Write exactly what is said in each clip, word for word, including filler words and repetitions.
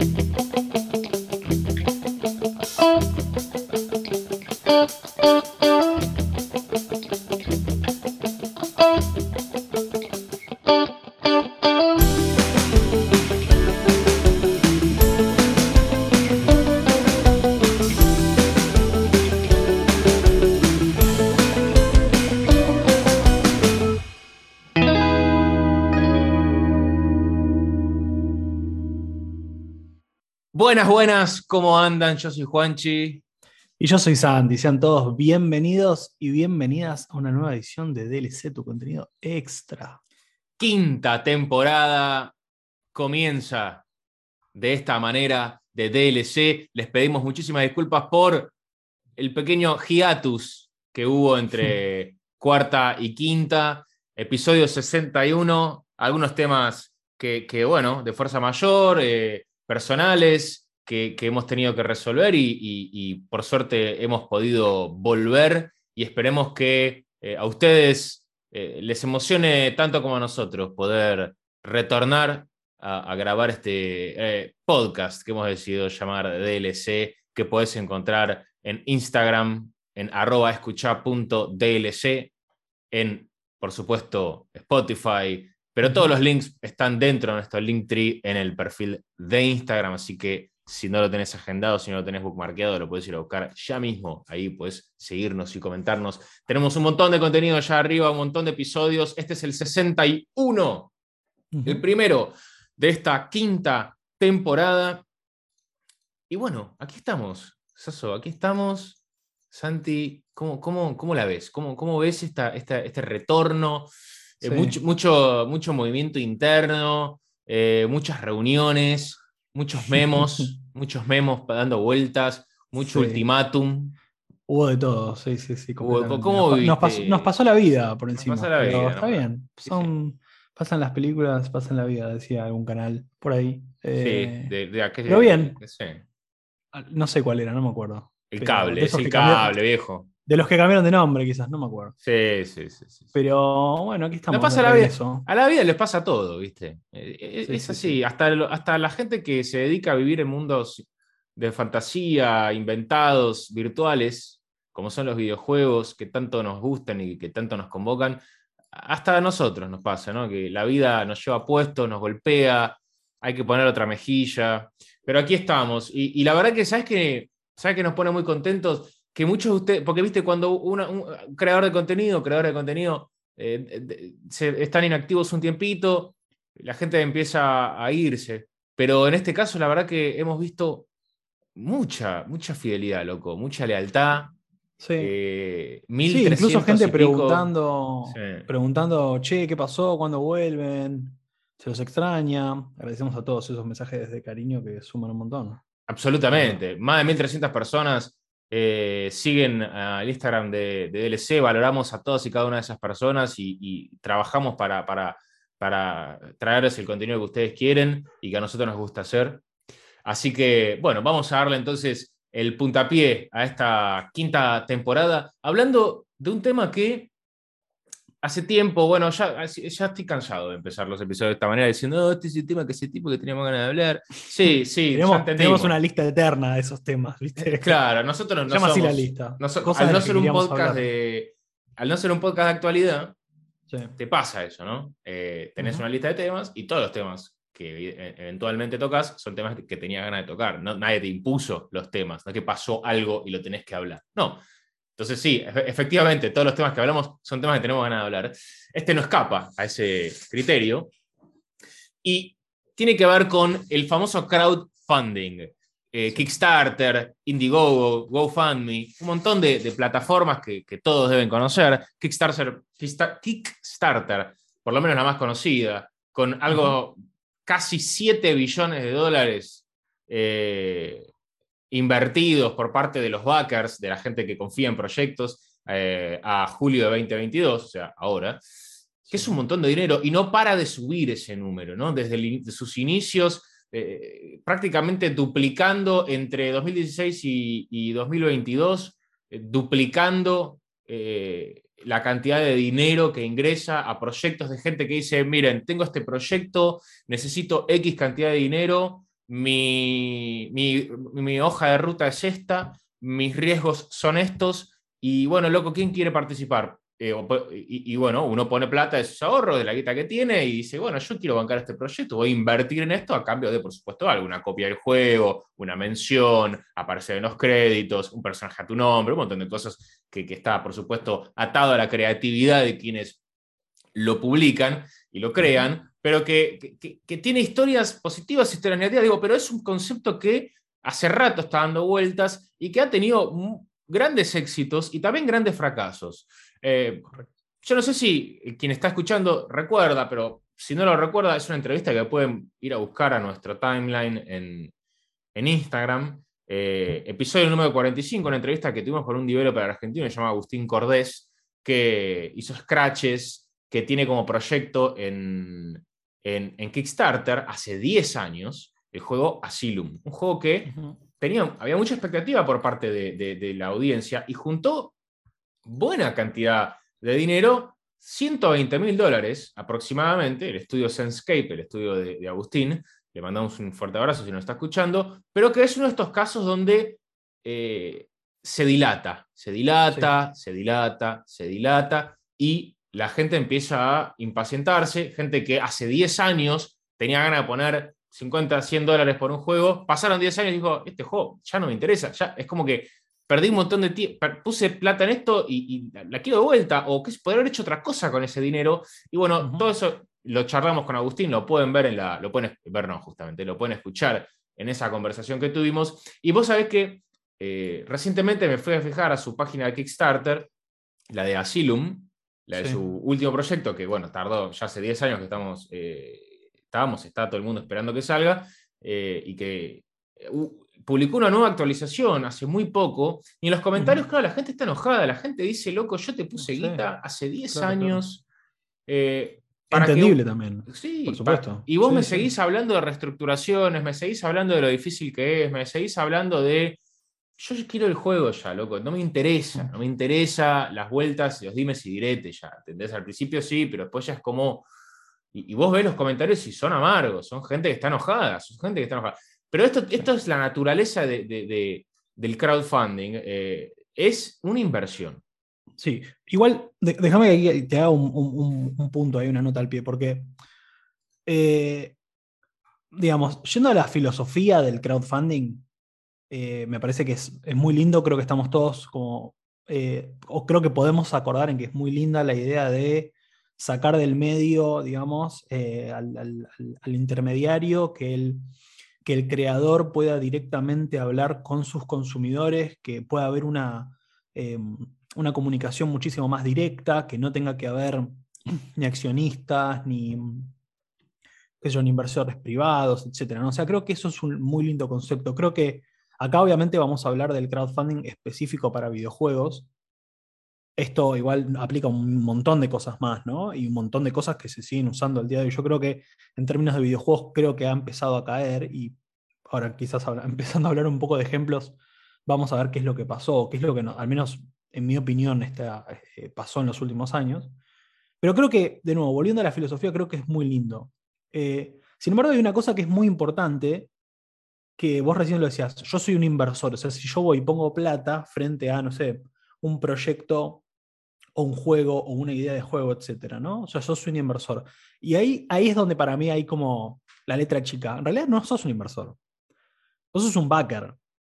Buenas, buenas, ¿cómo andan? Yo soy Juanchi. Y yo soy Santi. Sean todos bienvenidos y bienvenidas a una nueva edición de D L C, tu contenido extra. Quinta temporada comienza de esta manera de D L C. Les pedimos muchísimas disculpas por el pequeño hiatus que hubo entre cuarta y quinta. Episodio sesenta y uno, algunos temas que, que bueno, de fuerza mayor, eh, personales, que, que hemos tenido que resolver y, y, y por suerte hemos podido volver y esperemos que eh, a ustedes eh, les emocione tanto como a nosotros poder retornar a, a grabar este eh, podcast que hemos decidido llamar D L C, que podés encontrar en Instagram, en arroba escucha punto D L C, en, por supuesto, Spotify, pero uh-huh. Todos los links están dentro de nuestro Linktree en el perfil de Instagram, así que si no lo tenés agendado, si no lo tenés bookmarkeado, lo podés ir a buscar ya mismo. Ahí podés seguirnos y comentarnos. Tenemos un montón de contenido allá arriba, un montón de episodios. Este es el sesenta y uno, uh-huh. El primero de esta quinta temporada. Y bueno, aquí estamos, Sasso, aquí estamos. Santi, ¿cómo, cómo, cómo la ves? ¿Cómo, cómo ves esta, esta, este retorno? Sí. Eh, mucho, mucho, mucho movimiento interno, eh, muchas reuniones, muchos memos, muchos memos dando vueltas, mucho sí. ultimátum. Hubo de todo, sí, sí, sí. ¿Cómo nos, nos, pasó, nos pasó la vida por encima. Nos pasó la pero vida, está no, bien. Son, sí, sí. Pasan las películas, pasan la vida, decía algún canal por ahí. Eh, sí, de, de aquel, pero bien. De, sí. No sé cuál era, no me acuerdo. El pero cable, es el cable, cambiaron, viejo. De los que cambiaron de nombre, quizás, no me acuerdo. Sí, sí, sí. sí. Pero bueno, aquí estamos. No pasa la vida. A la vida les pasa todo, ¿viste? Es, sí, es así. Sí, sí. Hasta, hasta la gente que se dedica a vivir en mundos de fantasía, inventados, virtuales, como son los videojuegos, que tanto nos gustan y que tanto nos convocan, hasta a nosotros nos pasa, ¿no? Que la vida nos lleva puestos, nos golpea, hay que poner otra mejilla. Pero aquí estamos. Y, y la verdad que, ¿sabes qué? ¿Sabes qué nos pone muy contentos? Que muchos de ustedes, porque viste, cuando una, un creador de contenido, creador de contenido, eh, de, se, están inactivos un tiempito, la gente empieza a irse. Pero en este caso, la verdad que hemos visto mucha, mucha fidelidad, loco, mucha lealtad. Sí. Eh, sí, incluso gente preguntando, sí. preguntando, che, ¿qué pasó? ¿Cuándo vuelven? ¿Se los extraña? Agradecemos a todos esos mensajes de cariño que suman un montón. Absolutamente. Más de mil trescientas personas eh, siguen al Instagram de, de D L C. Valoramos a todas y cada una de esas personas y, y trabajamos para, para, para traerles el contenido que ustedes quieren y que a nosotros nos gusta hacer. Así que, bueno, vamos a darle entonces el puntapié a esta quinta temporada, hablando de un tema que hace tiempo, bueno, ya, ya estoy cansado de empezar los episodios de esta manera, diciendo, oh, este es el tema que ese tipo que teníamos ganas de hablar. Sí, sí, tenemos, ya entendimos. Tenemos una lista eterna de esos temas, ¿viste? Claro, nosotros no llama somos... así la lista. No so, al, no ser un podcast de, al no ser un podcast de actualidad, sí. te pasa eso, ¿no? Eh, tenés uh-huh. una lista de temas y todos los temas que eventualmente tocas son temas que tenías ganas de tocar. No, nadie te impuso los temas, no es que pasó algo y lo tenés que hablar. No. Entonces sí, efectivamente, todos los temas que hablamos son temas que tenemos ganas de hablar. Este no escapa a ese criterio y tiene que ver con el famoso crowdfunding. Eh, Kickstarter, Indiegogo, GoFundMe, un montón de, de plataformas que, que todos deben conocer. Kickstarter, Kickstarter, por lo menos la más conocida, con algo, uh-huh. casi siete billones de dólares eh, invertidos por parte de los backers, de la gente que confía en proyectos, eh, a julio de veinte veintidós, o sea, ahora, que es un montón de dinero, y no para de subir ese número, ¿no? Desde el, de sus inicios, eh, prácticamente duplicando entre dos mil dieciséis y, y dos mil veintidós, eh, duplicando eh, la cantidad de dinero que ingresa a proyectos de gente que dice, miren, tengo este proyecto, necesito X cantidad de dinero, mi, mi, mi hoja de ruta es esta, mis riesgos son estos, y bueno, loco, ¿quién quiere participar? Eh, y, y bueno, uno pone plata de sus ahorros, de la guita que tiene, y dice, bueno, yo quiero bancar este proyecto, voy a invertir en esto a cambio de, por supuesto, alguna copia del juego, una mención, aparecer en los créditos, un personaje a tu nombre, un montón de cosas que, que está, por supuesto, atado a la creatividad de quienes lo publican y lo crean, pero que, que, que tiene historias positivas, historias negativas, digo, pero es un concepto que hace rato está dando vueltas y que ha tenido grandes éxitos y también grandes fracasos. Eh, yo no sé si quien está escuchando recuerda, pero si no lo recuerda, es una entrevista que pueden ir a buscar a nuestro timeline en, en Instagram. Eh, episodio número cuarenta y cinco, una entrevista que tuvimos con un developer argentino que se llama Agustín Cordés, que hizo scratches, que tiene como proyecto en, en, en Kickstarter hace diez años el juego Asylum. Un juego que uh-huh. tenía, había mucha expectativa por parte de, de, de la audiencia y juntó buena cantidad de dinero, ciento veinte mil dólares aproximadamente, el estudio Senscape, el estudio de, de Agustín, le mandamos un fuerte abrazo si nos está escuchando, pero que es uno de estos casos donde eh, se dilata, se dilata, sí. se dilata, se dilata, y la gente empieza a impacientarse, gente que hace diez años tenía ganas de poner cincuenta, cien dólares por un juego, pasaron diez años y dijo, este juego ya no me interesa, ya es como que perdí un montón de tiempo, puse plata en esto y, y la quiero de vuelta, o que podría haber hecho otra cosa con ese dinero, y bueno, uh-huh. todo eso lo charlamos con Agustín, lo pueden ver en la, lo pueden ver, no, justamente, lo pueden escuchar en esa conversación que tuvimos, y vos sabés que eh, recientemente me fui a fijar a su página de Kickstarter, la de Asylum, la de sí. su último proyecto, que bueno, tardó ya hace diez años que estamos, eh, estábamos, está todo el mundo esperando que salga, eh, y que uh, publicó una nueva actualización hace muy poco, y en los comentarios, uh-huh. claro, la gente está enojada, la gente dice, loco, yo te puse no sé. guita hace diez claro, años. Claro. Eh, para Entendible que, también, sí, por supuesto. Pa, y vos sí, me sí. seguís hablando de reestructuraciones, me seguís hablando de lo difícil que es, me seguís hablando de... Yo quiero el juego ya, loco, no me interesa, no me interesa las vueltas, los dimes y diretes ya, ¿entendés? Al principio sí, pero después ya es como... Y, y vos ves los comentarios y son amargos, son gente que está enojada, son gente que está enojada. Pero esto, esto es la naturaleza de, de, de, del crowdfunding, eh, es una inversión. Sí, igual de, déjame que te haga un, un, un punto ahí, una nota al pie, porque, eh, digamos, yendo a la filosofía del crowdfunding, eh, me parece que es, es muy lindo, creo que estamos todos como, eh, o creo que podemos acordar en que es muy linda la idea de sacar del medio, digamos, eh, al, al, al intermediario, que el, que el creador pueda directamente hablar con sus consumidores, que pueda haber una... Eh, una comunicación muchísimo más directa, que no tenga que haber ni accionistas, ni, qué sé yo, ni inversores privados, etcétera, ¿no? O sea, creo que eso es un muy lindo concepto. Creo que acá obviamente vamos a hablar del crowdfunding específico para videojuegos. Esto igual aplica un montón de cosas más, ¿no? Y un montón de cosas que se siguen usando al día de hoy. Yo creo que en términos de videojuegos creo que ha empezado a caer, y ahora quizás habla, empezando a hablar un poco de ejemplos, vamos a ver qué es lo que pasó, qué es lo que no, al menos en mi opinión, esta, eh, pasó en los últimos años. Pero creo que, de nuevo, volviendo a la filosofía, creo que es muy lindo. Eh, sin embargo, hay una cosa que es muy importante, que vos recién lo decías, yo soy un inversor, o sea, si yo voy y pongo plata frente a, no sé, un proyecto o un juego o una idea de juego, etcétera, ¿no? O sea, yo soy un inversor. Y ahí, ahí es donde para mí hay como la letra chica. En realidad no sos un inversor, vos sos un backer.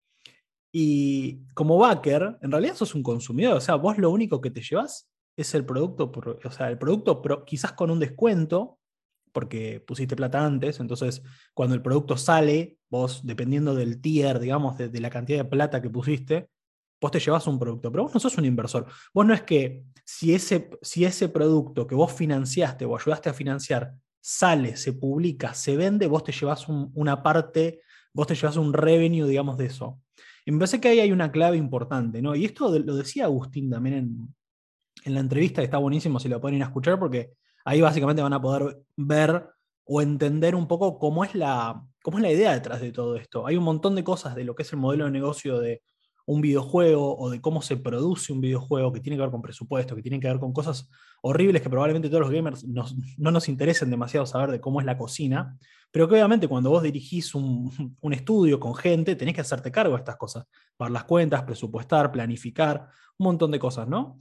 Y como backer, en realidad sos un consumidor, o sea, vos lo único que te llevas es el producto, por, o sea, el producto pero quizás con un descuento, porque pusiste plata antes, entonces cuando el producto sale, vos dependiendo del tier, digamos, de, de la cantidad de plata que pusiste, vos te llevas un producto, pero vos no sos un inversor. Vos no es que si ese, si ese producto que vos financiaste o ayudaste a financiar sale, se publica, se vende, vos te llevas un, una parte, vos te llevas un revenue, digamos, de eso. Y me parece que ahí hay una clave importante, ¿no? Y esto de, lo decía Agustín también en, en la entrevista, que está buenísimo si lo pueden ir a escuchar, porque ahí básicamente van a poder ver o entender un poco cómo es la, cómo es la idea detrás de todo esto. Hay un montón de cosas de lo que es el modelo de negocio de un videojuego o de cómo se produce un videojuego, que tiene que ver con presupuesto, que tiene que ver con cosas horribles que probablemente todos los gamers nos, no nos interesen demasiado saber de cómo es la cocina, pero que obviamente cuando vos dirigís un, un estudio con gente, tenés que hacerte cargo de estas cosas, pagar las cuentas, presupuestar, planificar, un montón de cosas, ¿no?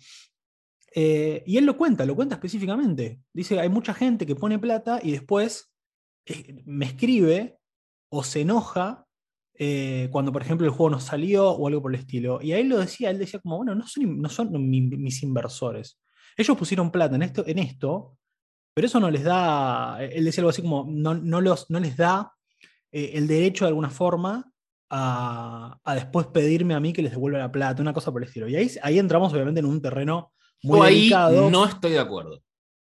Eh, y él lo cuenta, lo cuenta específicamente. Dice, hay mucha gente que pone plata y después eh, me escribe o se enoja eh, cuando, por ejemplo, el juego no salió o algo por el estilo. Y ahí lo decía, él decía como, bueno, no son, no son mi, mis inversores. Ellos pusieron plata en esto, en esto, pero eso no les da, él decía algo así como, no, no, los, no les da eh, el derecho de alguna forma a, a después pedirme a mí que les devuelva la plata, una cosa por el estilo. Y ahí, ahí entramos obviamente en un terreno muy Yo ahí delicado. no estoy de acuerdo.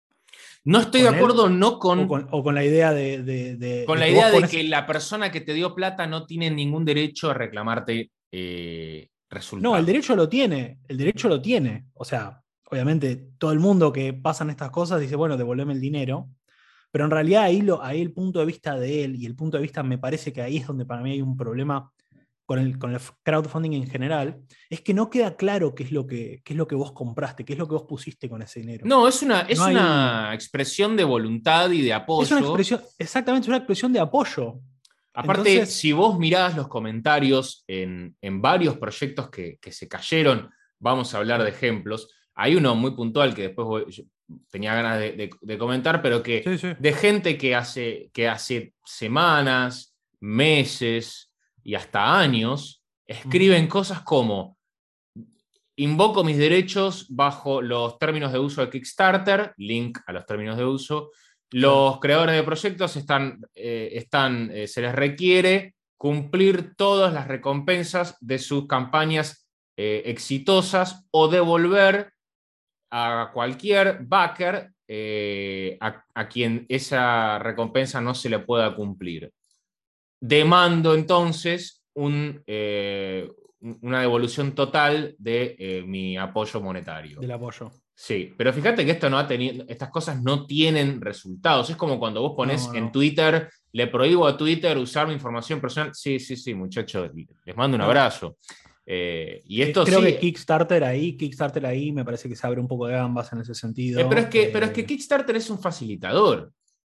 No estoy de Con él acuerdo no o con, con, o con la idea de, de, de, con de la que vos idea de pones... que la persona que te dio plata no tiene ningún derecho a reclamarte eh, No, el resultados. derecho lo tiene, el derecho lo tiene. O sea, obviamente todo el mundo que pasan estas cosas dice, bueno, devolveme el dinero. Pero en realidad ahí, lo, ahí el punto de vista de él y el punto de vista me parece que ahí es donde para mí hay un problema con el, con el crowdfunding en general, es que no queda claro qué es, lo que, qué es lo que vos compraste, qué es lo que vos pusiste con ese dinero. No, es una, No es hay... una expresión de voluntad y de Es una apoyo. expresión, exactamente, es una expresión de apoyo. Aparte, Entonces, si vos mirás los comentarios en, en varios proyectos que, que, se cayeron, vamos a hablar sí, de ejemplos. Hay uno muy puntual que después voy, yo tenía ganas de, de, de, comentar, pero que sí, sí. de gente que hace, que hace semanas, meses y hasta años Uh-huh. escriben cosas como: invoco mis derechos bajo los términos de uso de Kickstarter, link a los términos de uso. Sí. Los creadores de proyectos están, eh, están eh, se les requiere cumplir todas las recompensas de sus campañas eh, exitosas o devolver a cualquier backer eh, a, a quien esa recompensa no se le pueda cumplir. Demando entonces un, eh, una devolución total de eh, mi apoyo monetario. Del apoyo. Sí, pero fíjate que esto no ha tenido, estas cosas no tienen resultados. Es como cuando vos pones No, en no. Twitter, le prohíbo a Twitter usar mi información personal. Sí, sí, sí, muchachos, les mando un No. abrazo. Eh, y Eh, esto creo sí, que Kickstarter ahí, Kickstarter ahí me parece que se abre un poco de gambas en ese eh, pero, es sentido. que, pero es que Eh, Kickstarter es un facilitador.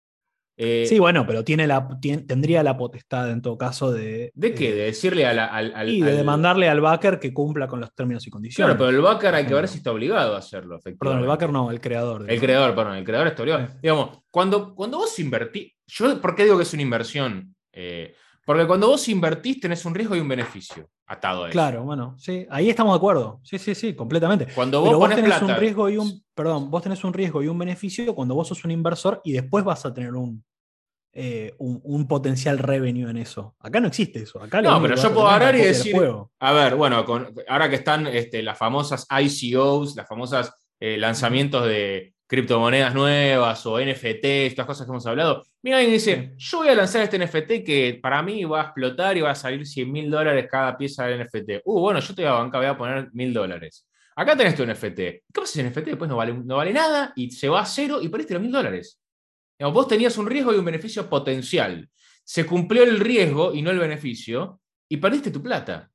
sí, Eh, bueno, pero tiene la, tien- tendría la potestad en todo caso de, ¿De qué? De eh, decirle a la- al, al, y de al, demandarle al backer que cumpla con los términos y Claro, pero el condiciones, backer por hay que ver si ejemplo. está obligado a hacerlo, Perdón, el backer efectivamente. no, el creador del El juego. creador, perdón, el creador está Sí. obligado. Digamos, cuando, cuando vos invertís, yo, ¿por qué digo que es una inversión? Eh, porque cuando vos invertís tenés un riesgo y un beneficio atado a eso. Claro, bueno, sí, ahí estamos de acuerdo. Sí, sí, sí, completamente. Cuando vos Pero vos ponés tenés un plata, riesgo y un, perdón, vos tenés un riesgo y un beneficio cuando vos sos un inversor y después vas a tener un, eh, un, un potencial revenue en eso. Acá no existe eso. Acá lo no, único pero que vas yo a puedo tener es la agarrar y copia del decir, juego. a ver, bueno, con, ahora que están este, las famosas I C Os, las famosas eh, Ujú. lanzamientos de criptomonedas nuevas o N F T, estas cosas que hemos hablado, mira, alguien Sí, dice, yo voy a lanzar este N F T que para mí va a explotar y va a salir cien mil dólares cada pieza del N F T. Uh, bueno, yo te voy a bancar, voy a poner mil dólares. Acá tenés tu N F T. ¿Qué pasa si el N F T después no vale, no vale nada y se va a cero y perdiste los mil dólares? Digamos, vos tenías un riesgo y un beneficio potencial. Se cumplió el riesgo y no el beneficio y perdiste tu plata.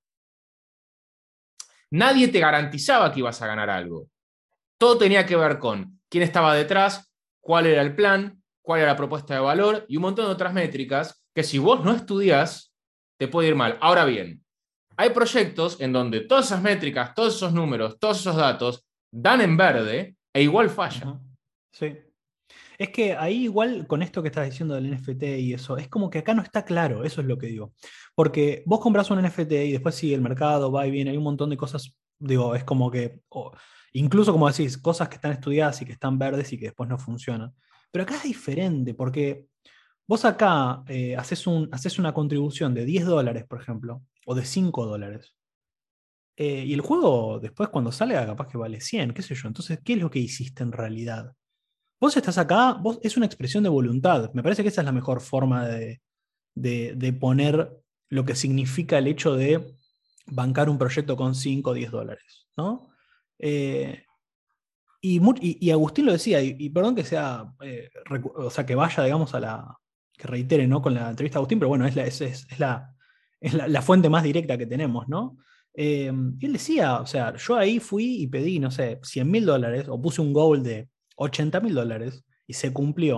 Nadie te garantizaba que ibas a ganar algo. Todo tenía que ver con quién estaba detrás, cuál era el plan, cuál era la propuesta de valor y un montón de otras métricas que si vos no estudiás, te puede ir mal. Ahora bien, hay proyectos en donde todas esas métricas, todos esos números, todos esos datos dan en verde e igual fallan. ujú, sí. Es que ahí igual con esto que estás diciendo del N F T y eso, es como que acá no está claro, eso es lo que digo. Porque vos compras un N F T y después sigue el mercado, va y viene, hay un montón de cosas, digo, es como que, o incluso como decís, cosas que están estudiadas y que están verdes y que después no funcionan. Pero acá es diferente, porque vos acá eh, haces, un, haces una contribución de diez dólares, por ejemplo, o de cinco dólares. Eh, y el juego después cuando salga capaz que vale cien, qué sé yo. Entonces, ¿qué es lo que hiciste en realidad? Vos estás acá, vos, es una expresión de voluntad. Me parece que esa es la mejor forma de, de, de poner lo que significa el hecho de bancar un proyecto con cinco o diez dólares, ¿no? Eh, y, y, y, Agustín lo decía, y, y perdón que sea, eh, o sea, que vaya, digamos, a la, que reitere, ¿no? Con la entrevista a Agustín, pero bueno, es la, es, es, es la, es la, la fuente más directa que tenemos, ¿no? Eh, y él decía, o sea, yo ahí fui y pedí, no sé, cien mil dólares, o puse un goal de ochenta mil dólares, y se cumplió.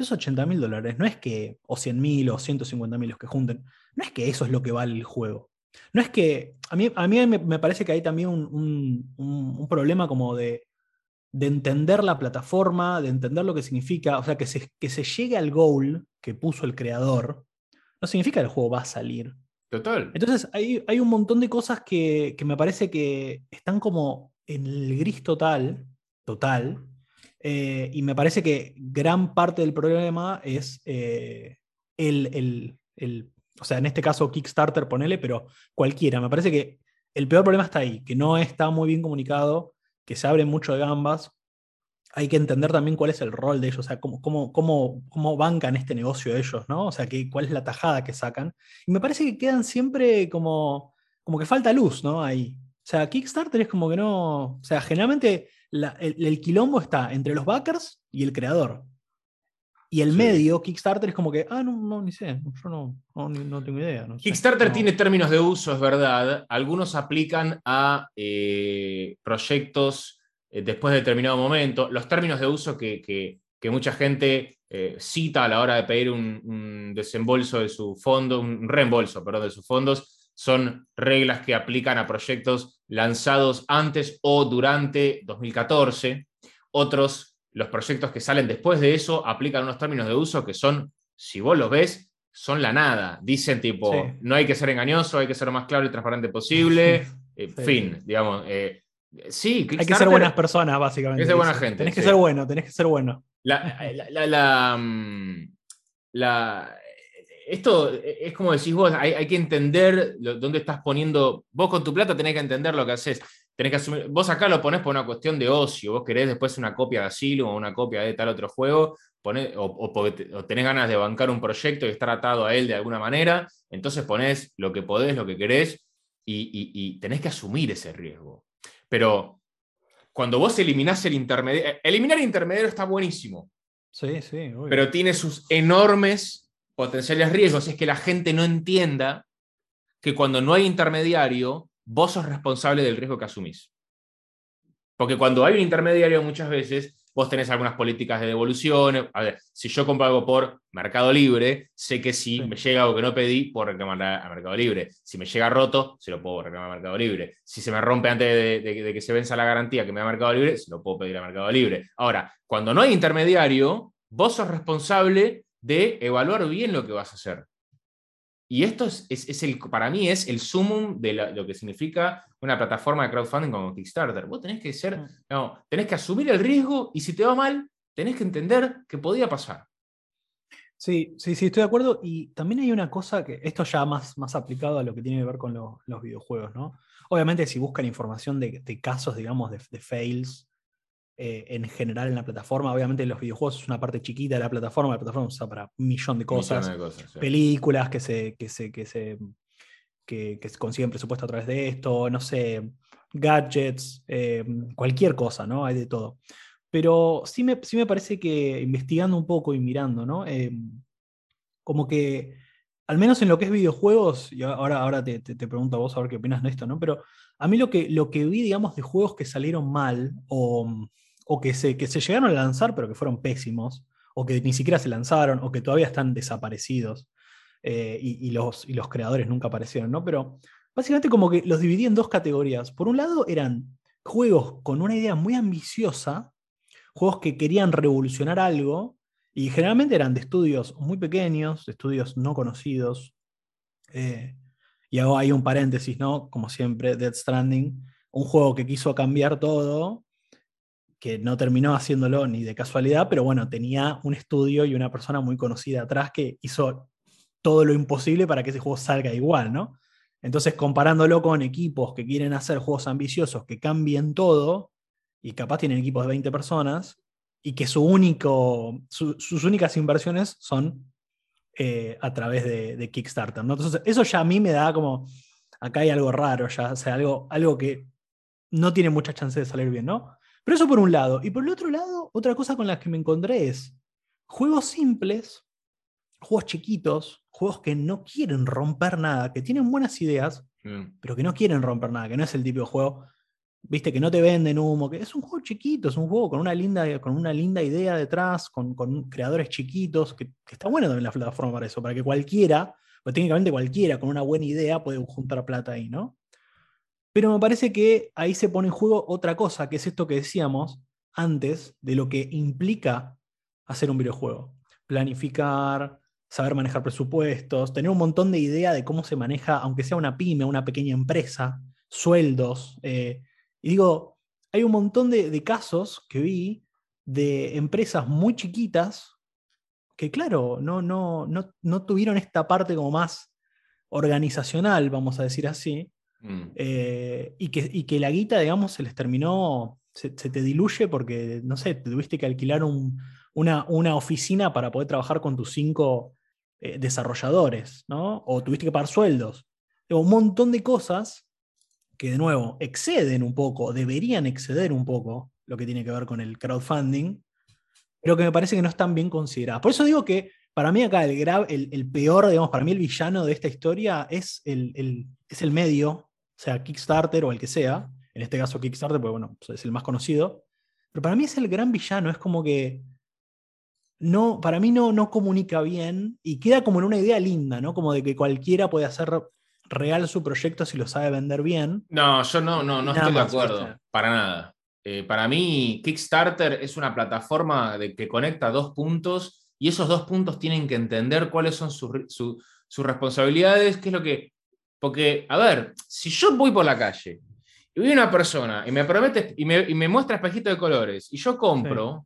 esos ochenta mil dólares no es que, o cien mil o ciento cincuenta mil los que junten, no es que eso es lo que vale el juego. No es que, a mí, a mí me, me parece que hay también un, un, un, un problema como de, de entender la plataforma, de entender lo que significa, o sea, que se, que se llegue al goal que puso el creador, no significa que el juego va a salir. Total. Entonces hay, hay un montón de cosas que, que me parece que están como en el gris total, total, eh, y me parece que gran parte del problema es eh, el, el, el, o sea, en este caso Kickstarter, ponele, pero cualquiera. Me parece que el peor problema está ahí, que no está muy bien comunicado, que se abre mucho de gambas. Hay que entender también cuál es el rol de ellos, o sea, cómo, cómo, cómo, cómo bancan este negocio ellos, ¿no? O sea, que, cuál es la tajada que sacan. Y me parece que quedan siempre como, como que falta luz, ¿no? Ahí. O sea, Kickstarter es como que no. O sea, generalmente la- el, el quilombo está entre los backers y el creador. Y el Sí. medio, Kickstarter, es como que, ah, no, no, ni sé, yo no, no, ni- no tengo idea, no sé. Kickstarter tiene No. términos de uso, es verdad. Algunos aplican a eh, proyectos eh, después de determinado momento. Los términos de uso que, que, que mucha gente eh, cita a la hora de pedir un, un desembolso de su fondo, un reembolso, perdón, de sus fondos, son reglas que aplican a proyectos lanzados antes o durante dos mil catorce. Otros, los proyectos que salen después de eso, aplican unos términos de uso que son, si vos los ves, son la nada. Dicen Sí. tipo, no hay que ser engañoso, hay que ser lo más claro y transparente posible. Eh, Sí, fin, sí. digamos. Eh, sí, Hay que ser Kickstarter buenas personas, es básicamente, de buena dicen. gente, Tenés que sí. ser bueno, tenés que ser bueno. La, la, la, la, mm, la, esto es como decís vos, hay, hay que entender lo, dónde estás poniendo. Vos con tu plata tenés que entender lo que haces. Tenés que asumir, vos acá lo ponés por una cuestión de ocio. Vos querés después una copia de Asylum o una copia de tal otro juego, ponés, o, o, porque te, o tenés ganas de bancar un proyecto y estar atado a él de alguna manera. Entonces ponés lo que podés, lo que querés, y, y, y tenés que asumir ese riesgo. Pero cuando vos eliminás el intermediario, eliminar el intermediario está buenísimo, Sí, sí, obvio. pero tiene sus enormes potenciales riesgos. Es que la gente no entienda que cuando no hay intermediario, vos sos responsable del riesgo que asumís. Porque cuando hay un intermediario, muchas veces vos tenés algunas políticas de devolución. A ver, si yo compro algo por Mercado Libre, sé que si Sí. me llega algo que no pedí, puedo reclamar a Mercado Libre. Si me llega roto, se lo puedo reclamar a Mercado Libre. Si se me rompe antes de, de, de que se venza la garantía que me da Mercado Libre, se lo puedo pedir a Mercado Libre. Ahora, cuando no hay intermediario, vos sos responsable de evaluar bien lo que vas a hacer. Y esto es, es, es el, para mí es el sumum de la, lo que significa una plataforma de crowdfunding como Kickstarter. Vos tenés que ser, no, tenés que asumir el riesgo y si te va mal, tenés que entender que podía pasar. Sí, sí, sí, estoy de acuerdo. Y también hay una cosa que, esto ya más, más aplicado a lo que tiene que ver con lo- los videojuegos, ¿no? Obviamente, si buscan información de, de casos, digamos, de, de fails eh, en general en la plataforma, obviamente los videojuegos es una parte chiquita de la plataforma, la plataforma se usa para un millón de Millones cosas, de cosas. Sí. películas que se, que se, que se, que, que se consiguen presupuesto a través de esto, no sé, gadgets, eh, cualquier cosa, ¿no? Hay de todo. Pero sí me, sí me parece que investigando un poco y mirando, ¿no? Eh, como que, al menos en lo que es videojuegos, y ahora, ahora te, te, te pregunto a vos a ver qué opinas de esto, ¿no? Pero a mí lo que, lo que vi, digamos, de juegos que salieron mal o, o que, se, que se llegaron a lanzar pero que fueron pésimos, o que ni siquiera se lanzaron, o que todavía están desaparecidos, eh, y, y los, y los creadores nunca aparecieron, ¿no? Pero básicamente como que los dividí en dos categorías. Por un lado eran juegos con una idea muy ambiciosa, juegos que querían revolucionar algo, y generalmente eran de estudios muy pequeños, de estudios no conocidos. Eh, y hago ahí un paréntesis, ¿no? Como siempre, Death Stranding, un juego que quiso cambiar todo, que no terminó haciéndolo ni de casualidad, pero bueno, tenía un estudio y una persona muy conocida atrás que hizo todo lo imposible para que ese juego salga igual, ¿no? Entonces, comparándolo con equipos que quieren hacer juegos ambiciosos, que cambien todo, y capaz tienen equipos de veinte personas, y que su único, su, sus únicas inversiones son eh, a través de, de Kickstarter, ¿no? Entonces, eso ya a mí me da como, acá hay algo raro, ya, o sea, algo, algo que no tiene mucha chance de salir bien, ¿no? Pero eso por un lado. Y por el otro lado, otra cosa con la que me encontré es juegos simples, juegos chiquitos, juegos que no quieren romper nada, que tienen buenas ideas, Mm. pero que no quieren romper nada, que no es el típico juego. viste, que no te venden humo, que es un juego chiquito, es un juego con una linda, con una linda idea detrás, con, con creadores chiquitos, que, que está bueno también la plataforma para eso, para que cualquiera, pues técnicamente cualquiera con una buena idea puede juntar plata ahí, ¿no? Pero me parece que ahí se pone en juego otra cosa, que es esto que decíamos antes, de lo que implica hacer un videojuego. Planificar, saber manejar presupuestos, tener un montón de idea de cómo se maneja, aunque sea una pyme, una pequeña empresa, sueldos. Eh, y digo, hay un montón de, de casos que vi de empresas muy chiquitas que, claro, no, no, no, no tuvieron esta parte como más organizacional, vamos a decir así, Mm. eh, y, que, y que la guita, digamos, se les terminó, se, se te diluye porque, no sé, te tuviste que alquilar un, una, una oficina para poder trabajar con tus cinco eh, desarrolladores, ¿no? O tuviste que pagar sueldos. Digo, un montón de cosas que, de nuevo, exceden un poco, deberían exceder un poco lo que tiene que ver con el crowdfunding, pero que me parece que no están bien consideradas. Por eso digo que para mí acá el, gra- el, el peor, digamos, para mí el villano de esta historia es el, el- es el medio, o sea, Kickstarter o el que sea, en este caso Kickstarter, porque bueno, es el más conocido, pero para mí es el gran villano, es como que no, para mí no, no comunica bien y queda como en una idea linda, ¿no? Como de que cualquiera puede hacer real su proyecto si lo sabe vender bien No, yo no, no, y no nada estoy de más, ¿viste? acuerdo, para nada. Eh, para mí, Kickstarter es una plataforma de, que conecta dos puntos y esos dos puntos tienen que entender cuáles son sus, su- sus responsabilidades, qué es lo que... Porque, a ver, si yo voy por la calle y veo una persona y me promete y me, y me muestra espejito de colores y yo Sí. compro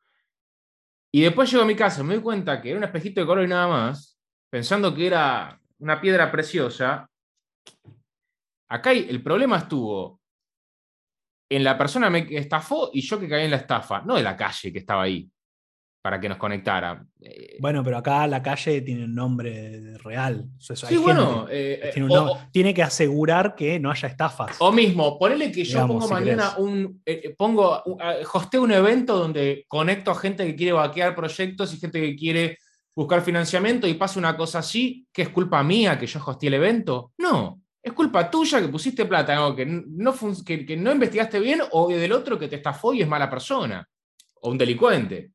y después llego a mi casa y me doy cuenta que era un espejito de colores y nada más, pensando que era una piedra preciosa, acá hay- el problema estuvo en la persona me estafó y yo que caí en la estafa, no de la calle que estaba ahí para que nos conectara. Eh, Bueno, pero acá la calle tiene un nombre real. O sea, hay sí, gente bueno, eh, que eh, tiene un o, nombre. o- Tiene que asegurar que no haya estafas, o mismo, ponele que yo digamos, pongo si mañana querés. un, eh, eh, pongo, uh, eh, hosteo un evento donde conecto a gente que quiere vaquear proyectos y gente que quiere buscar financiamiento y pasa una cosa así, ¿que es culpa mía que yo hosteé el evento? No, es culpa tuya que pusiste plata en algo que no, fun- que, que no investigaste bien o del otro que te estafó y es mala persona o un delincuente.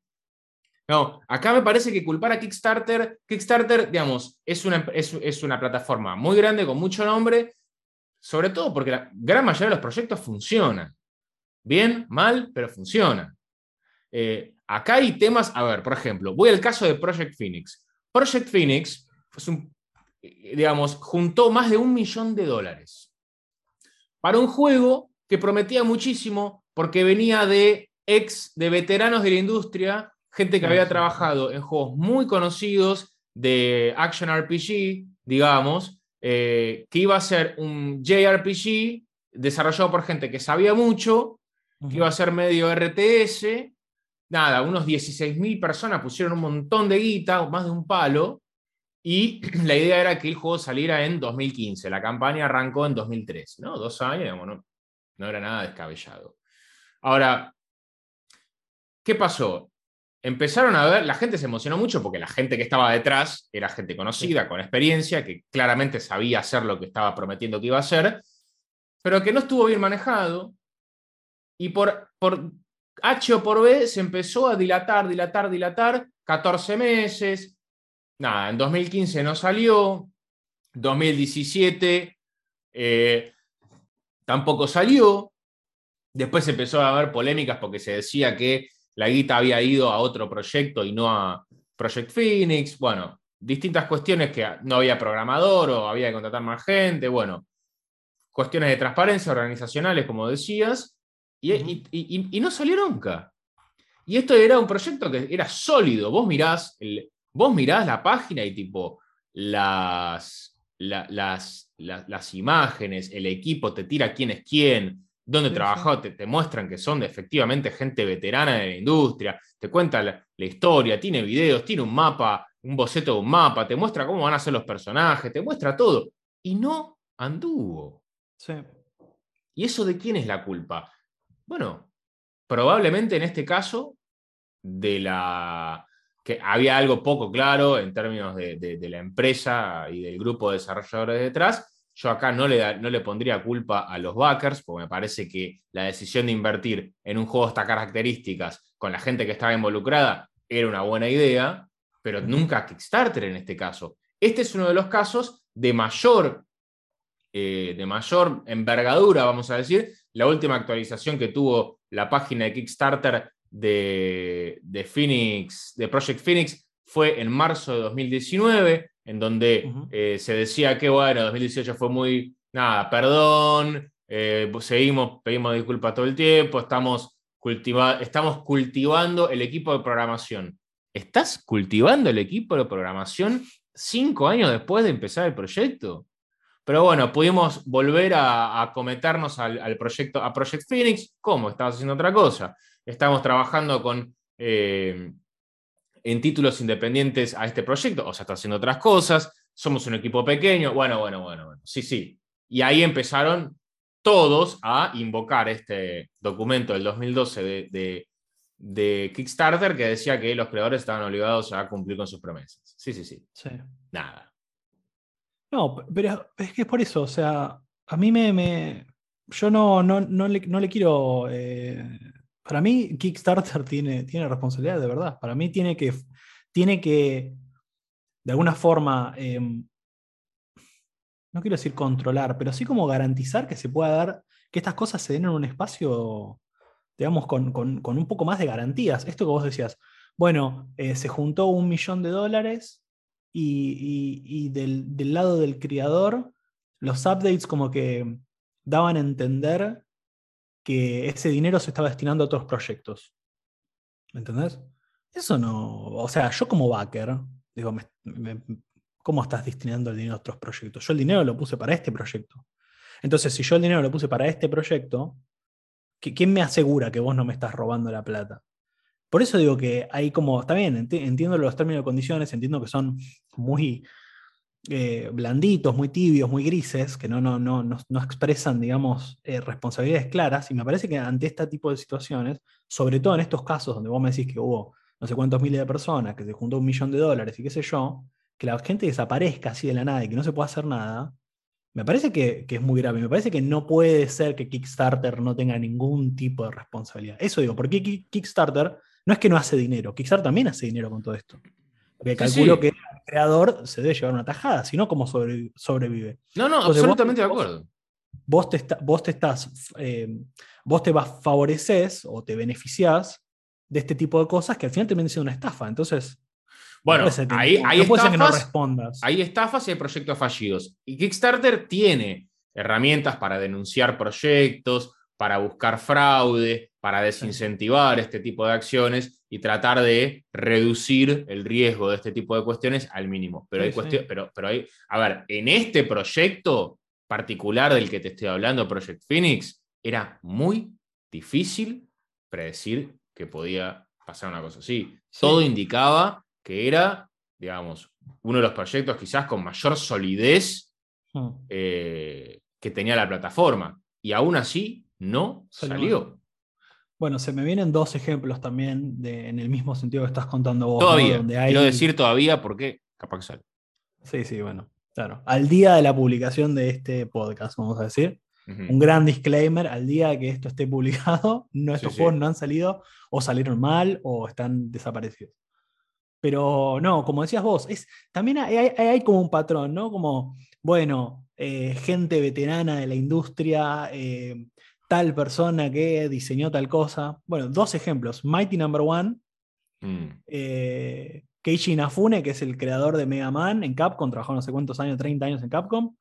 No, acá me parece que culpar a Kickstarter, Kickstarter, digamos, es una, es, es una plataforma muy grande con mucho nombre, sobre todo porque la gran mayoría de los proyectos funcionan. Bien, mal, pero funcionan. Eh, acá hay temas, a ver, por ejemplo, voy al caso de Project Phoenix. Project Phoenix, es un, digamos, juntó más de un millón de dólares para un juego que prometía muchísimo porque venía de ex, de veteranos de la industria, gente que Sí, había sí, sí. trabajado en juegos muy conocidos de Action R P G, digamos, eh, que iba a ser un J R P G desarrollado por gente que sabía mucho, que iba Ujú. a ser medio R T S. Nada, unos dieciséis mil personas pusieron un montón de guita, más de un palo, y la idea era que el juego saliera en dos mil quince. La campaña arrancó en dos mil trece, ¿no? Dos años, digamos, no, no era nada descabellado. Ahora, ¿qué pasó? Empezaron a ver, la gente se emocionó mucho porque la gente que estaba detrás era gente Sí. conocida, con experiencia, que claramente sabía hacer lo que estaba prometiendo que iba a hacer, pero que no estuvo bien manejado y por, por H o por B se empezó a dilatar, dilatar, dilatar, catorce meses, nada, en dos mil quince no salió, dos mil diecisiete eh, tampoco salió. Después empezó a haber polémicas porque se decía que la guita había ido a otro proyecto y no a Project Phoenix. Bueno, distintas cuestiones que no había programador o había que contratar más gente. Bueno, cuestiones de transparencia organizacionales, como decías, y, Ujú. y, y, y no salió nunca. Y esto era un proyecto que era sólido. Vos mirás, el, vos mirás la página y tipo las, la, las, la, las imágenes, el equipo te tira quién es quién, dónde Sí, sí. trabajó, te, te muestran que son de, efectivamente gente veterana de la industria, te cuenta la, la historia, tiene videos, tiene un mapa, un boceto de un mapa, te muestra cómo van a ser los personajes, te muestra todo. Y no anduvo. Sí. ¿Y eso de quién es la culpa? Bueno, probablemente en este caso de la que había algo poco claro en términos de, de, de la empresa y del grupo de desarrolladores detrás, Yo acá no le, da, no le pondría culpa a los backers, porque me parece que la decisión de invertir en un juego de estas características con la gente que estaba involucrada era una buena idea, pero uh-huh. nunca Kickstarter en este caso. Este es uno de los casos de mayor, eh, de mayor envergadura, vamos a decir. La última actualización que tuvo la página de Kickstarter de, de Phoenix, de Project Phoenix, fue en marzo de dos mil diecinueve, en donde uh-huh. eh, se decía que, bueno, dos mil dieciocho fue muy, nada, perdón, eh, seguimos, pedimos disculpas todo el tiempo, estamos, cultiva- estamos cultivando el equipo de programación. ¿Estás cultivando el equipo de programación cinco años después de empezar el proyecto? Pero bueno, pudimos volver a, a cometernos al, al proyecto, a Project Phoenix. ¿Cómo? Estabas haciendo otra cosa. Estamos trabajando con... Eh, en títulos independientes a este proyecto, o sea, está haciendo otras cosas, somos un equipo pequeño, bueno, bueno, bueno, bueno, sí, sí. Y ahí empezaron todos a invocar este documento del dos mil doce de, de, de Kickstarter que decía que los creadores estaban obligados a cumplir con sus promesas. Sí, sí, sí. Sí. Nada. No, pero es que es por eso, o sea, a mí me... me yo no, no, no, le, no le quiero... Eh, para mí Kickstarter tiene, tiene responsabilidad, de verdad. Para mí tiene que, tiene que de alguna forma, eh, no quiero decir controlar, pero sí como garantizar que se pueda dar, que estas cosas se den en un espacio, digamos, con, con, con un poco más de garantías. Esto que vos decías, bueno, eh, se juntó un millón de dólares y, y, y del, del lado del creador, los updates como que daban a entender que ese dinero se estaba destinando a otros proyectos. ¿Me entendés? Eso no... O sea, yo como backer, digo, me, me, ¿cómo estás destinando el dinero a otros proyectos? Yo el dinero lo puse para este proyecto. Entonces, si yo el dinero lo puse para este proyecto, ¿quién me asegura que vos no me estás robando la plata? Por eso digo que hay como... Está bien, entiendo los términos y condiciones, entiendo que son muy... Eh, blanditos, muy tibios, muy grises, que no, no, no, no, no expresan, digamos, eh, responsabilidades claras, y me parece que ante este tipo de situaciones, sobre todo en estos casos donde vos me decís que hubo no sé cuántos miles de personas, que se juntó un millón de dólares y qué sé yo, que la gente desaparezca así de la nada y que no se pueda hacer nada, me parece que, que es muy grave. Me parece que no puede ser que Kickstarter no tenga ningún tipo de responsabilidad. Eso digo, porque Kickstarter no es que no hace dinero, Kickstarter también hace dinero con todo esto. Porque calculo sí, sí. que el creador se debe llevar una tajada, si no, ¿cómo sobre, sobrevive? No, no, Entonces, absolutamente vos, de acuerdo. Vos te, está, vos te estás, eh, vos te vas, favoreces o te beneficiás de este tipo de cosas que al final terminan siendo una estafa. Entonces, bueno, no que, ahí, no, hay no puede estafas, ser que no respondas. Hay estafas y hay proyectos fallidos. Y Kickstarter tiene herramientas para denunciar proyectos, para buscar fraude, para desincentivar sí. este tipo de acciones y tratar de reducir el riesgo de este tipo de cuestiones al mínimo. Pero, sí, hay cuestiones, sí. pero, pero hay, a ver, en este proyecto particular del que te estoy hablando, Project Phoenix, era muy difícil predecir que podía pasar una cosa así. Sí. Todo indicaba que era, digamos, uno de los proyectos quizás con mayor solidez hmm. eh, que tenía la plataforma. Y aún así, no salió. salió. Bueno, se me vienen dos ejemplos también de, en el mismo sentido que estás contando vos. Todavía. ¿No? Donde hay... Quiero decir todavía porque capaz que sale. Sí, sí, bueno. Claro. Al día de la publicación de este podcast, vamos a decir. Uh-huh. Un gran disclaimer, al día que esto esté publicado, no, estos sí, juegos sí. no han salido, o salieron mal, o están desaparecidos. Pero no, como decías vos, es, también hay, hay, hay como un patrón, ¿no? Como, bueno, eh, gente veterana de la industria, eh, tal persona que diseñó tal cosa. Bueno, dos ejemplos. Mighty Number One, mm. eh, Keiichi Inafune, que es el creador de Mega Man en Capcom, trabajó no sé cuántos años, treinta años en Capcom,